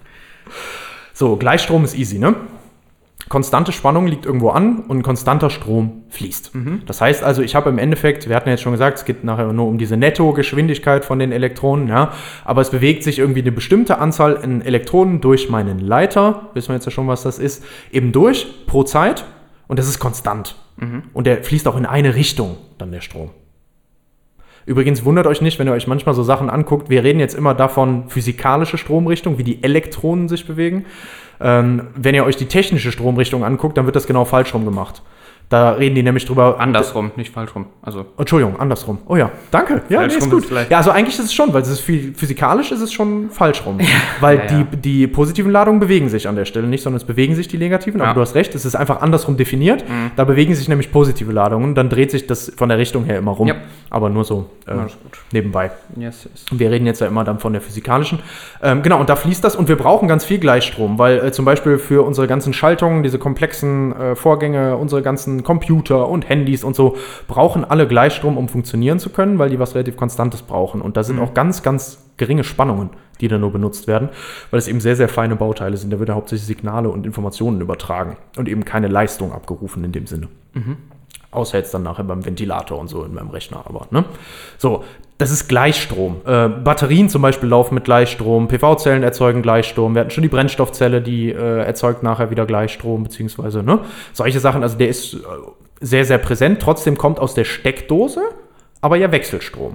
So, Gleichstrom ist easy, ne? Konstante Spannung liegt irgendwo an und konstanter Strom fließt. Mhm. Das heißt also, ich habe im Endeffekt, wir hatten ja jetzt schon gesagt, es geht nachher nur um diese Nettogeschwindigkeit von den Elektronen, ja, aber es bewegt sich irgendwie eine bestimmte Anzahl an Elektronen durch meinen Leiter, wissen wir jetzt ja schon, was das ist, eben durch pro Zeit, und das ist konstant. Mhm. Und der fließt auch in eine Richtung, dann der Strom. Übrigens wundert euch nicht, wenn ihr euch manchmal so Sachen anguckt, wir reden jetzt immer davon, physikalische Stromrichtung, wie die Elektronen sich bewegen. Ähm, wenn ihr euch die technische Stromrichtung anguckt, dann wird das genau falsch rum gemacht. Da reden die nämlich drüber. Andersrum, nicht falsch rum. Also. Entschuldigung, andersrum. Oh ja, danke. Ja, nee, ist gut. Ist ja, also eigentlich ist es schon, weil es ist viel, physikalisch ist es schon falsch rum. Weil ja, ja. Die, die positiven Ladungen bewegen sich an der Stelle nicht, sondern es bewegen sich die negativen. Ja. Aber du hast recht, es ist einfach andersrum definiert. Mhm. Da bewegen sich nämlich positive Ladungen. Dann dreht sich das von der Richtung her immer rum. Ja. Aber nur so äh, ja, nebenbei. Yes, yes. Wir reden jetzt ja immer dann von der physikalischen. Ähm, genau, und da fließt das. Und wir brauchen ganz viel Gleichstrom, weil äh, zum Beispiel für unsere ganzen Schaltungen, diese komplexen äh, Vorgänge, unsere ganzen Katzen, Computer und Handys und so brauchen alle Gleichstrom, um funktionieren zu können, weil die was relativ Konstantes brauchen. Und da sind mhm. auch ganz, ganz geringe Spannungen, die da nur benutzt werden, weil es eben sehr, sehr feine Bauteile sind. Da wird ja hauptsächlich Signale und Informationen übertragen und eben keine Leistung abgerufen in dem Sinne. Mhm. Außer jetzt dann nachher beim Ventilator und so in meinem Rechner. Aber, ne? So, das ist Gleichstrom. Äh, Batterien zum Beispiel laufen mit Gleichstrom, P V-Zellen erzeugen Gleichstrom, wir hatten schon die Brennstoffzelle, die äh, erzeugt nachher wieder Gleichstrom, beziehungsweise ne? solche Sachen. Also der ist äh, sehr, sehr präsent. Trotzdem kommt aus der Steckdose aber ja Wechselstrom.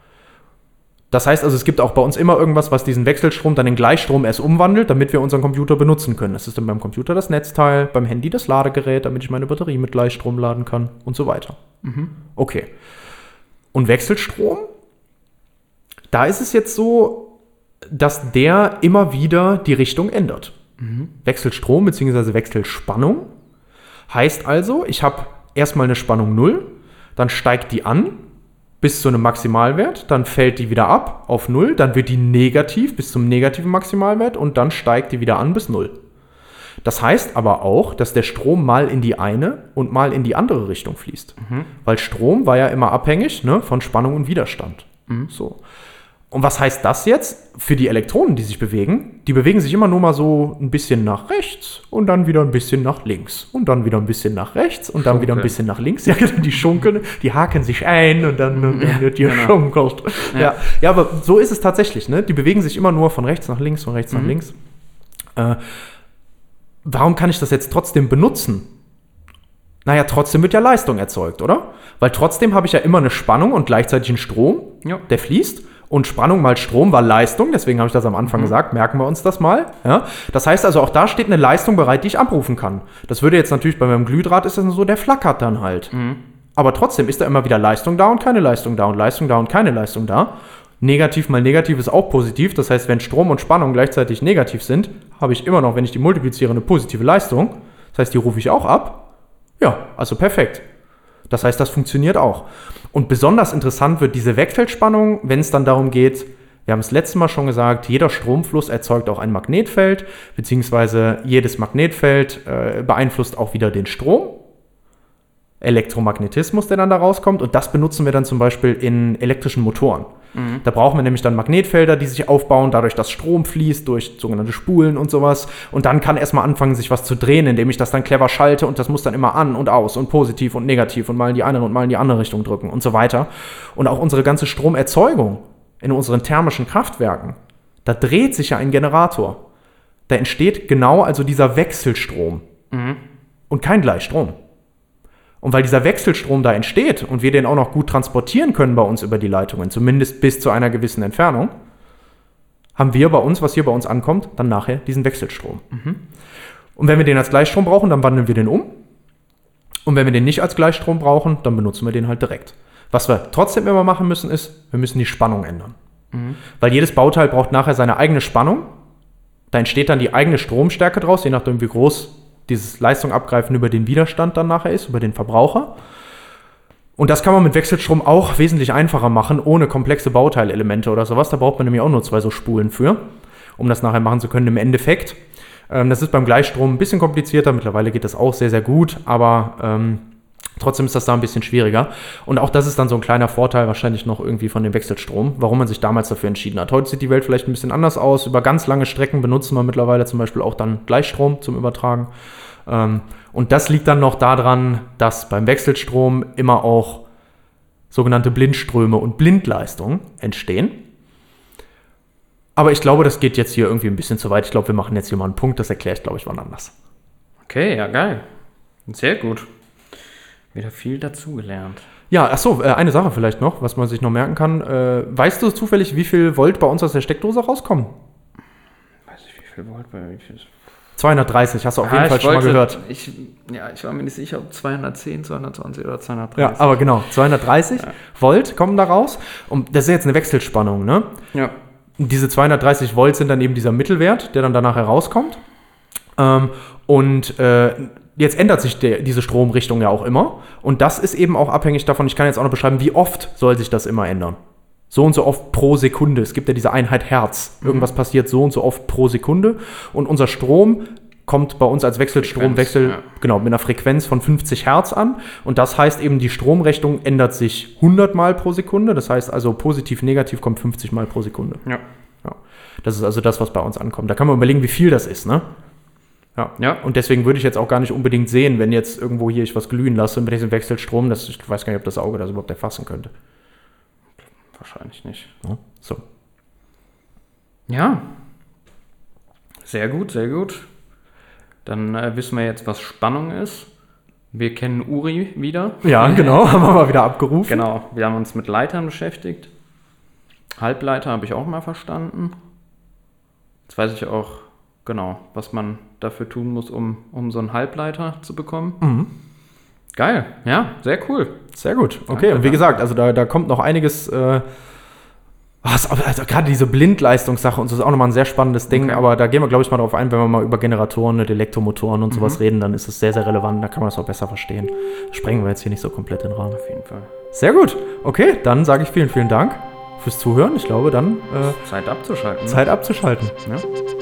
Das heißt also, es gibt auch bei uns immer irgendwas, was diesen Wechselstrom dann in Gleichstrom erst umwandelt, damit wir unseren Computer benutzen können. Das ist dann beim Computer das Netzteil, beim Handy das Ladegerät, damit ich meine Batterie mit Gleichstrom laden kann und so weiter. Mhm. Okay. Und Wechselstrom? Da ist es jetzt so, dass der immer wieder die Richtung ändert. Mhm. Wechselstrom bzw. Wechselspannung heißt also, ich habe erstmal eine Spannung null, dann steigt die an bis zu einem Maximalwert, dann fällt die wieder ab auf null, dann wird die negativ bis zum negativen Maximalwert und dann steigt die wieder an bis null. Das heißt aber auch, dass der Strom mal in die eine und mal in die andere Richtung fließt. Mhm. Weil Strom war ja immer abhängig, ne, von Spannung und Widerstand. Mhm. So. Und was heißt das jetzt für die Elektronen, die sich bewegen? Die bewegen sich immer nur mal so ein bisschen nach rechts und dann wieder ein bisschen nach links und dann wieder ein bisschen nach rechts und dann Schunkeln. Wieder ein bisschen nach links. Ja, die schunkeln, die haken sich ein und dann, und dann wird die geschunkelt. Ja. Ja. Ja, aber so ist es tatsächlich. Ne? Die bewegen sich immer nur von rechts nach links, von rechts mhm. nach links. Äh, warum kann ich das jetzt trotzdem benutzen? Naja, trotzdem wird ja Leistung erzeugt, oder? Weil trotzdem habe ich ja immer eine Spannung und gleichzeitig einen Strom, ja. der fließt. Und Spannung mal Strom war Leistung, deswegen habe ich das am Anfang mhm. gesagt, merken wir uns das mal. Ja? Das heißt also, auch da steht eine Leistung bereit, die ich abrufen kann. Das würde jetzt natürlich bei meinem Glühdraht ist das so, der flackert dann halt. Mhm. Aber trotzdem ist da immer wieder Leistung da und keine Leistung da und Leistung da und keine Leistung da. Negativ mal negativ ist auch positiv, das heißt, wenn Strom und Spannung gleichzeitig negativ sind, habe ich immer noch, wenn ich die multipliziere, eine positive Leistung. Das heißt, die rufe ich auch ab. Ja, also perfekt. Das heißt, das funktioniert auch. Und besonders interessant wird diese Wechselspannung, wenn es dann darum geht, wir haben es letztes Mal schon gesagt, jeder Stromfluss erzeugt auch ein Magnetfeld, beziehungsweise jedes Magnetfeld äh, beeinflusst auch wieder den Strom, Elektromagnetismus, der dann da rauskommt. Und das benutzen wir dann zum Beispiel in elektrischen Motoren. Mhm. Da brauchen wir nämlich dann Magnetfelder, die sich aufbauen, dadurch, dass Strom fließt, durch sogenannte Spulen und sowas. Und dann kann erstmal anfangen, sich was zu drehen, indem ich das dann clever schalte und das muss dann immer an und aus und positiv und negativ und mal in die eine und mal in die andere Richtung drücken und so weiter. Und auch unsere ganze Stromerzeugung in unseren thermischen Kraftwerken, da dreht sich ja ein Generator. Da entsteht genau also dieser Wechselstrom mhm. und kein Gleichstrom. Und weil dieser Wechselstrom da entsteht und wir den auch noch gut transportieren können bei uns über die Leitungen, zumindest bis zu einer gewissen Entfernung, haben wir bei uns, was hier bei uns ankommt, dann nachher diesen Wechselstrom. Mhm. Und wenn wir den als Gleichstrom brauchen, dann wandeln wir den um. Und wenn wir den nicht als Gleichstrom brauchen, dann benutzen wir den halt direkt. Was wir trotzdem immer machen müssen, ist, wir müssen die Spannung ändern. Mhm. Weil jedes Bauteil braucht nachher seine eigene Spannung. Da entsteht dann die eigene Stromstärke draus, je nachdem wie groß dieses Leistung abgreifen über den Widerstand dann nachher ist, über den Verbraucher. Und das kann man mit Wechselstrom auch wesentlich einfacher machen, ohne komplexe Bauteilelemente oder sowas. Da braucht man nämlich auch nur zwei so Spulen für, um das nachher machen zu können im Endeffekt. Ähm, das ist beim Gleichstrom ein bisschen komplizierter, mittlerweile geht das auch sehr, sehr gut, aber ähm, trotzdem ist das da ein bisschen schwieriger. Und auch das ist dann so ein kleiner Vorteil wahrscheinlich noch irgendwie von dem Wechselstrom, warum man sich damals dafür entschieden hat. Heute sieht die Welt vielleicht ein bisschen anders aus. Über ganz lange Strecken benutzen wir mittlerweile zum Beispiel auch dann Gleichstrom zum Übertragen. Und das liegt dann noch daran, dass beim Wechselstrom immer auch sogenannte Blindströme und Blindleistungen entstehen. Aber ich glaube, das geht jetzt hier irgendwie ein bisschen zu weit. Ich glaube, wir machen jetzt hier mal einen Punkt. Das erkläre ich, glaube ich, wann anders. Okay, ja, geil. Sehr gut. Wieder viel dazugelernt. Ja, achso, eine Sache vielleicht noch, was man sich noch merken kann. Äh, weißt du zufällig, wie viel Volt bei uns aus der Steckdose rauskommen? Weiß ich, wie viel Volt bei wie viel? zweihundertdreißig, hast du auf ja, jeden Fall schon wollte, mal gehört. Ich, ja, ich war mir nicht sicher, ob zweihundertzehn, zweihundertzwanzig oder zweihundertdreißig. Ja, aber genau, zweihundertdreißig ja. Volt kommen da raus. Und das ist jetzt eine Wechselspannung, ne? Ja. Und diese zweihundertdreißig Volt sind dann eben dieser Mittelwert, der dann danach herauskommt. Ähm, und äh, jetzt ändert sich der, diese Stromrichtung ja auch immer. Und das ist eben auch abhängig davon, ich kann jetzt auch noch beschreiben, wie oft soll sich das immer ändern. So und so oft pro Sekunde. Es gibt ja diese Einheit Hertz. Irgendwas mhm. passiert so und so oft pro Sekunde. Und unser Strom kommt bei uns als Wechselstromwechsel Frequenz, ja. genau mit einer Frequenz von fünfzig Hertz an. Und das heißt eben, die Stromrechnung ändert sich hundert Mal pro Sekunde. Das heißt also, positiv, negativ kommt fünfzig Mal pro Sekunde. Ja. Ja. Das ist also das, was bei uns ankommt. Da kann man überlegen, wie viel das ist, ne? Ja. Ja. Und deswegen würde ich jetzt auch gar nicht unbedingt sehen, wenn jetzt irgendwo hier ich was glühen lasse mit diesem Wechselstrom. Das, ich weiß gar nicht, ob das Auge das überhaupt erfassen könnte. Wahrscheinlich nicht. Ja. So. Ja. Sehr gut, sehr gut. Dann äh, wissen wir jetzt, was Spannung ist. Wir kennen Uri wieder. Ja, genau, haben wir mal wieder abgerufen. Genau, wir haben uns mit Leitern beschäftigt. Halbleiter habe ich auch mal verstanden. Jetzt weiß ich auch genau, was man dafür tun muss, um, um so einen Halbleiter zu bekommen. Mhm. Geil, ja, sehr cool. Sehr gut. Okay, Danke, und wie danke. gesagt, also da, da kommt noch einiges. Äh, was, also gerade diese Blindleistungssache und so ist auch nochmal ein sehr spannendes Ding, Okay. aber da gehen wir, glaube ich, mal drauf ein, wenn wir mal über Generatoren und Elektromotoren und sowas Mhm. reden, dann ist es sehr, sehr relevant, da kann man das auch besser verstehen. Sprengen wir jetzt hier nicht so komplett den Rahmen. Auf jeden Fall. Sehr gut. Okay, dann sage ich vielen, vielen Dank fürs Zuhören. Ich glaube, dann äh, Zeit abzuschalten. ne? Zeit abzuschalten. Ja,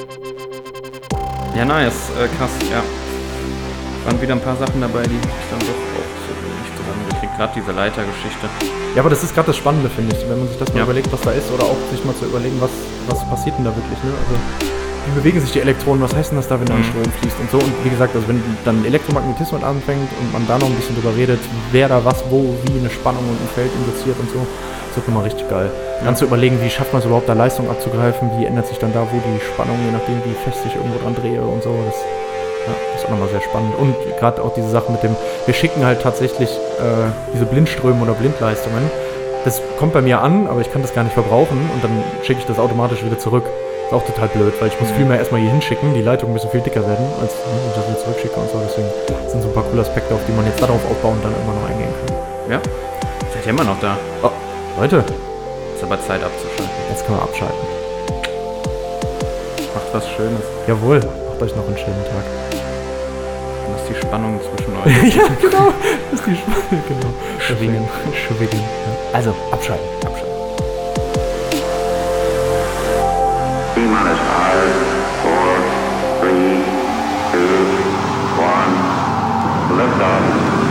ja nice, äh, krass, ja. Waren wieder ein paar Sachen dabei, die ich dann doch auch so nicht zusammengekriegt. Gerade diese Leitergeschichte. Ja, aber das ist gerade das Spannende, finde ich, wenn man sich das mal Ja. überlegt, was da ist, oder auch sich mal zu überlegen, was, was passiert denn da wirklich, ne? Also, wie bewegen sich die Elektronen, was heißt denn das da, wenn da ein Mhm. Strom fließt und so? Und wie gesagt, also wenn dann Elektromagnetismus anfängt und man da noch ein bisschen drüber redet, wer da was, wo, wie eine Spannung und ein Feld induziert und so, das wird nochmal richtig geil. Dann zu überlegen, wie schafft man es überhaupt, da Leistung abzugreifen, wie ändert sich dann da, wo die Spannung, je nachdem, wie fest ich irgendwo dran drehe und so, das, ja, das ist auch nochmal sehr spannend. Und gerade auch diese Sache mit dem, wir schicken halt tatsächlich äh, diese Blindströme oder Blindleistungen. Das kommt bei mir an, aber ich kann das gar nicht verbrauchen und dann schicke ich das automatisch wieder zurück. Ist auch total blöd, weil ich muss viel mehr erstmal hier hinschicken, die Leitungen müssen viel dicker werden, als ne, wenn ich das wieder zurückschicke und so. Deswegen sind so ein paar coole Aspekte, auf die man jetzt darauf aufbauen und dann immer noch eingehen kann. Ja, seid ihr immer noch da. Oh, Leute, Ist aber Zeit abzuschalten. jetzt können wir abschalten. Macht was Schönes. Jawohl, macht euch noch einen schönen Tag. Dann ist die Spannung zwischen euch. Ja, genau, das ist die Spannung, genau. Schwingen. Schwingen. Ja. Also, abschalten. Abschalten. T-minus five, four, three, two, one. Liftoff.